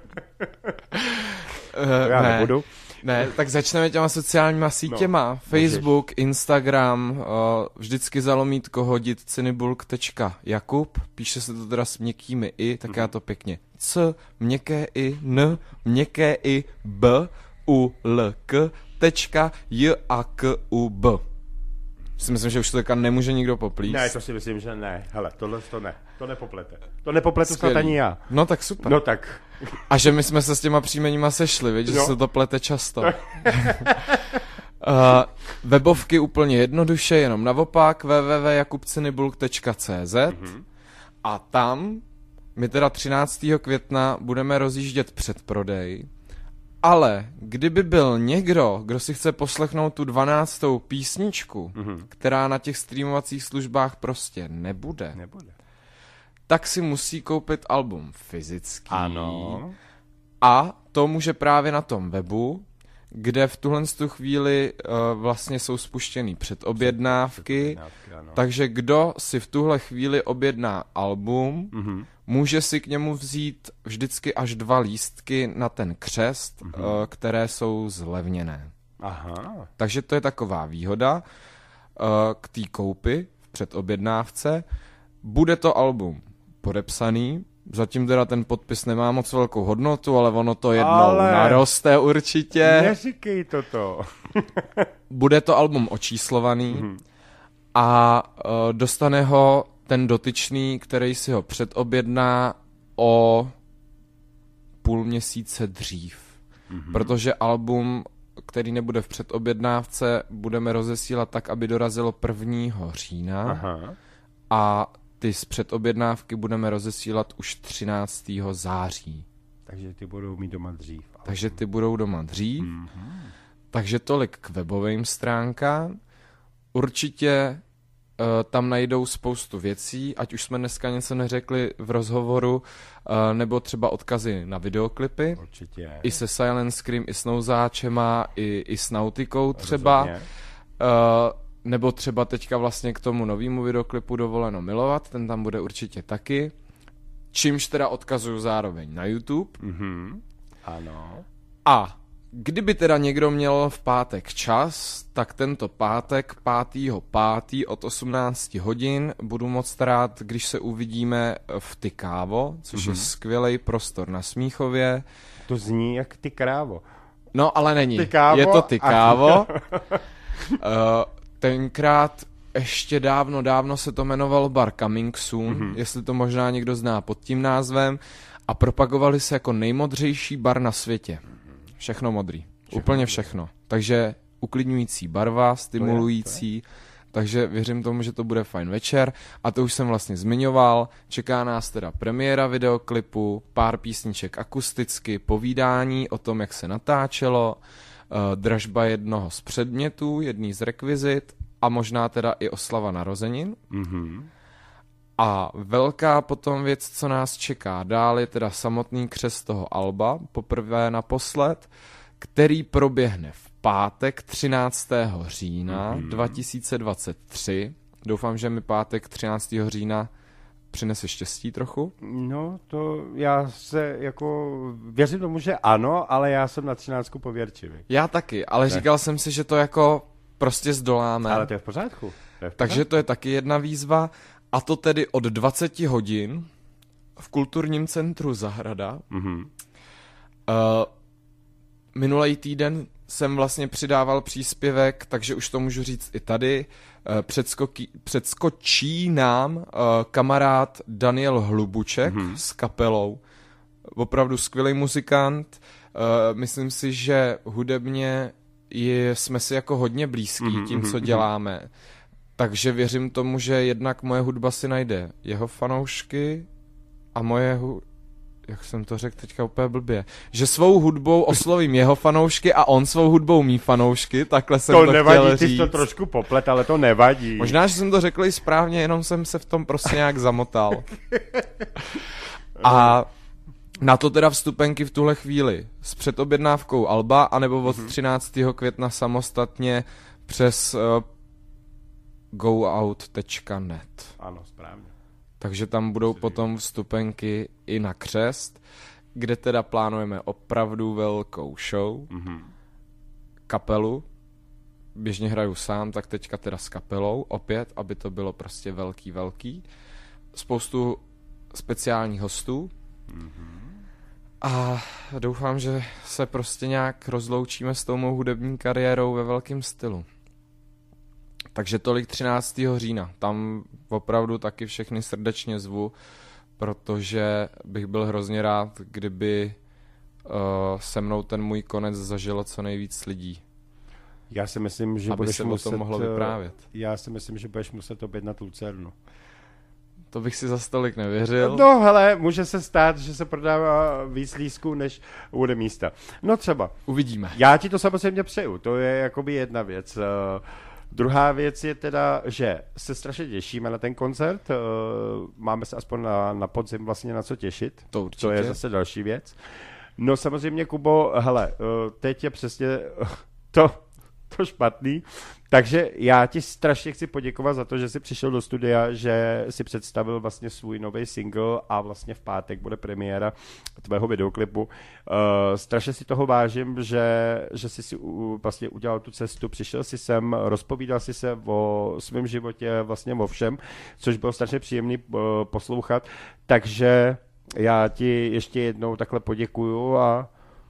Eh, Já ne, nebudu. ne, tak začneme těma sociálníma sítěma. No, Facebook, Instagram, uh, vždycky za lomítko hodit cinibulk tečka jakub, píše se to teda s měkkými i, tak já to pěkně c, měkké i, n, měkké i, b, u, l, k, tečka, j, a, k, u, b. Si myslím, že už to teďka nemůže nikdo poplíst. Ne, to si myslím, že ne. Hele, tohle to ne. To nepoplete. To nepopletu snad Skvělý. ani já. No tak super. No tak. A že my jsme se s těma příjmeníma sešli, viď? Že No. se to plete často. uh, webovky úplně jednoduše, jenom naopak, w w w tečka jakubcinibulk tečka c z mm-hmm. a tam my teda třináctého května budeme rozjíždět předprodej, ale kdyby byl někdo, kdo si chce poslechnout tu dvanáctou písničku, mm-hmm. která na těch streamovacích službách prostě nebude, Nebude. tak si musí koupit album fyzický. Ano. A to může právě na tom webu, kde v tuhle tu chvíli uh, vlastně jsou spuštěný předobjednávky, Ano. takže kdo si v tuhle chvíli objedná album, Mhm. může si k němu vzít vždycky až dva lístky na ten křest, Mhm. uh, které jsou zlevněné. Aha. Takže to je taková výhoda uh, k té koupi v předobjednávce. Bude to album podepsaný, zatím teda ten podpis nemá moc velkou hodnotu, ale ono to jednou Ale- naroste určitě. Neříkej toto. Bude to album očíslovaný Mhm. a uh, dostane ho ten dotyčný, který si ho předobjedná o půl měsíce dřív. Mhm. Protože album, který nebude v předobjednávce, budeme rozesílat tak, aby dorazilo prvního října. Aha. A ty z předobjednávky budeme rozesílat už třináctého září. Takže ty budou mít doma dřív. Takže ty budou doma dřív. Mhm. Takže tolik k webovým stránkám. Určitě uh, tam najdou spoustu věcí, ať už jsme dneska něco neřekli v rozhovoru, uh, nebo třeba odkazy na videoklipy. Určitě. I se Silent Scream, i s Nouzáčema, i, i s Nautikou třeba. Rozhodně. Uh, nebo třeba teďka vlastně k tomu novému videoklipu Dovoleno milovat, ten tam bude určitě taky. Čímž teda odkazuju zároveň na YouTube. Mhm. Ano. A Kdyby teda někdo měl v pátek čas, tak tento pátek pátého pátého od osmnáct hodin budu moc rád, když se uvidíme v Ty Kávo, což mm-hmm. je skvělý prostor na Smíchově. To zní jak Ty Krávo. No, ale není. Ty Kávo je to Ty Kávo. A... uh, tenkrát ještě dávno, dávno se to jmenovalo bar Coming Soon, mm-hmm. jestli to možná někdo zná pod tím názvem, a propagovali se jako nejmodřejší bar na světě. Všechno modrý. Všechno Úplně všechno. Takže uklidňující barva, stimulující, to je, to je. Takže věřím tomu, že to bude fajn večer. A to už jsem vlastně zmiňoval. Čeká nás teda premiéra videoklipu, pár písniček akusticky, povídání o tom, jak se natáčelo, uh, dražba jednoho z předmětů, jedný z rekvizit a možná teda i oslava narozenin. Mm-hmm. A velká potom věc, co nás čeká dál, je teda samotný křest toho alba, poprvé naposled, který proběhne v pátek třináctého října mm-hmm. dva tisíce dvacet tři. Doufám, že mi pátek třináctého října přinese štěstí trochu. No, to já se jako, věřím tomu, že ano, ale já jsem na třináctku pověrčivý. Já taky, ale ne. říkal jsem si, že to jako prostě zdoláme. Ale to je v pořádku. To je v pořádku. Takže to je taky jedna výzva. A to tedy od dvacet hodin v kulturním centru Zahrada. Mm-hmm. Uh, minulý týden jsem vlastně přidával příspěvek, takže už to můžu říct i tady. Uh, předskoky, předskočí nám uh, kamarád Daniel Hlubuček mm-hmm. s kapelou. Opravdu skvělý muzikant. Uh, myslím si, že hudebně je, jsme si jako hodně blízký mm-hmm, tím, co děláme. Takže věřím tomu, že jednak moje hudba si najde jeho fanoušky a moje hu... jak jsem to řekl teďka úplně blbě, že svou hudbou oslovím jeho fanoušky a on svou hudbou mý fanoušky, takhle jsem to, to nevadí, chtěl říct. Ty jsi to trošku poplet, ale to nevadí. Možná, že jsem to řekl i správně, jenom jsem se v tom prostě nějak zamotal. A na to teda vstupenky v tuhle chvíli s předobjednávkou alba, anebo od třináctého května samostatně přes uh, goout tečka net. Ano, správně. Takže tam budou potom vstupenky i na křest, kde teda plánujeme opravdu velkou show, mm-hmm. kapelu, běžně hraju sám, tak teďka teda s kapelou, opět, aby to bylo prostě velký, velký. Spoustu speciálních hostů mm-hmm. a doufám, že se prostě nějak rozloučíme s tou mou hudební kariérou ve velkém stylu. Takže tolik třináctého října. Tam opravdu taky všechny srdečně zvu, protože bych byl hrozně rád, kdyby uh, se mnou ten můj konec zažilo co nejvíc lidí. Já si myslím, že aby budeš se muset, o tom mohlo vyprávět. Já si myslím, že budeš muset objednat Lucernu. To bych si za stolik nevěřil. No hele, může se stát, že se prodává víc lístků, než bude místa. No třeba. Uvidíme. Já ti to samozřejmě přeju, to je jakoby jedna věc. Uh, Druhá věc je teda, že se strašně těšíme na ten koncert, máme se aspoň na, na podzim vlastně na co těšit, to určitě. To je zase další věc. No samozřejmě, Kubo, hele, teď je přesně to, to špatný, takže já ti strašně chci poděkovat za to, že jsi přišel do studia, že si představil vlastně svůj nový single a vlastně v pátek bude premiéra tvého videoklipu. Uh, strašně si toho vážím, že, že jsi si u, vlastně udělal tu cestu, přišel si sem, rozpovídal si se o svém životě, vlastně o všem, což bylo strašně příjemný uh, poslouchat, takže já ti ještě jednou takhle poděkuju a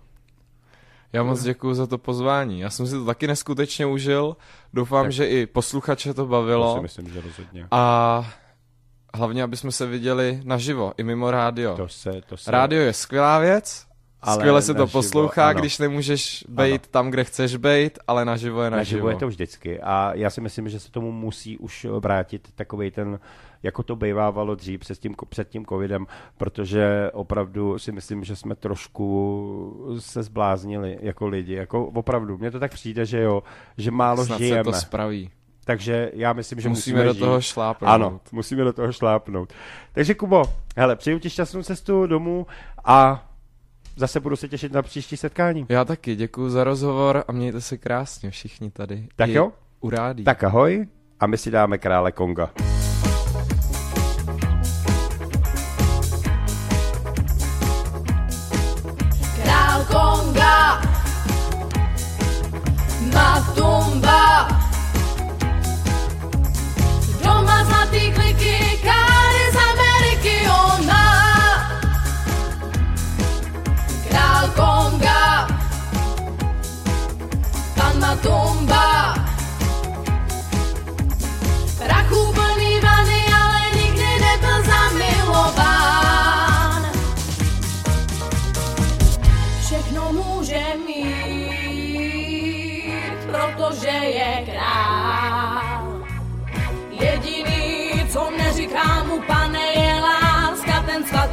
já moc děkuju za to pozvání. Já jsem si to taky neskutečně užil. Doufám, tak. že i posluchače to bavilo. To si myslím, že rozhodně. A hlavně, aby jsme se viděli naživo, i mimo rádio. To se, to se... Rádio je skvělá věc, ale skvěle se to poslouchá, ano. Když nemůžeš bejt tam, kde chceš bejt, ale naživo je naživo. Naživo je to vždycky a já si myslím, že se tomu musí už vrátit takovej ten, jako to bejvávalo dřív před tím, před tím covidem, protože opravdu si myslím, že jsme trošku se zbláznili jako lidi, jako opravdu, mně to tak přijde, že jo, že málo Snad žijeme. Snad se to spraví. Takže já myslím, že musíme, musíme do žít. toho šlápnout. Ano, musíme do toho šlápnout. Takže Kubo, hele, přeju ti šťastnou cestu domů a zase budu se těšit na příští setkání. Já taky, děkuju za rozhovor a mějte se krásně všichni tady. Tak jo? U rádia. Tak ahoj a my si dáme Krále Konga. Král Konga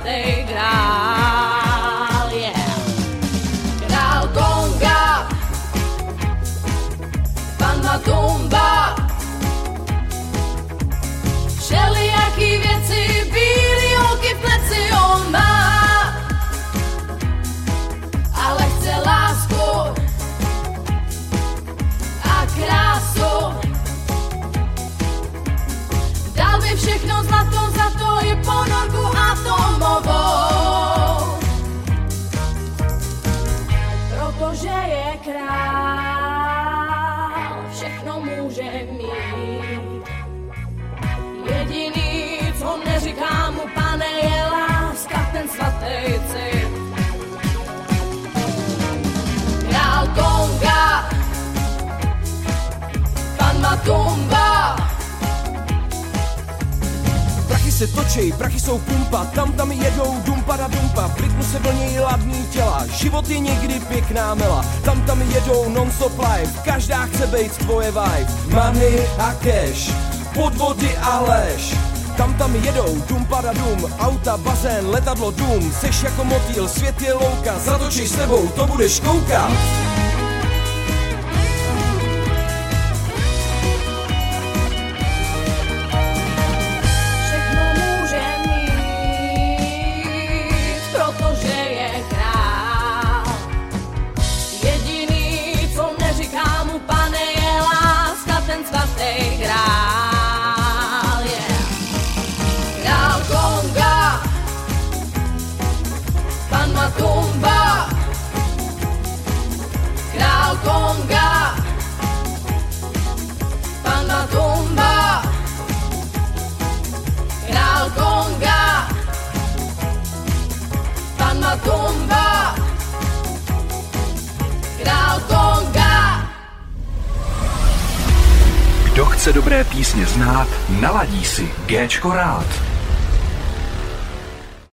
svatý král, yeah. Král Konga, pan Matumba, všelijaký věci, bílý holky v pleci on má, ale chce lásku a krásu. Dal by všechno zlato za to i ponorku atomovou, protože je král, všechno může mít. Jediný, co neříká mu pane, je láska, ten svatý cit. Král Konga, pan Matumba, Prachy se točej, prachy jsou pumpa, tam tam jedou dumpa da dumpa, v rytmu se vlnějí ladný těla, život je někdy pěkná mela, tam tam jedou non-stop life, každá chce bejt tvoje vibe, money a cash, podvody a lež, tam tam jedou dumpa da dum, auta, bazén, letadlo, dům, seš jako motýl, svět je louka, zatočíš s tebou, to budeš koukat. Matumba, král Konga, pan Matumba, král Konga, pan Matumba, král Konga. Kdo chce dobré písně znát, naladí si Géčko rád.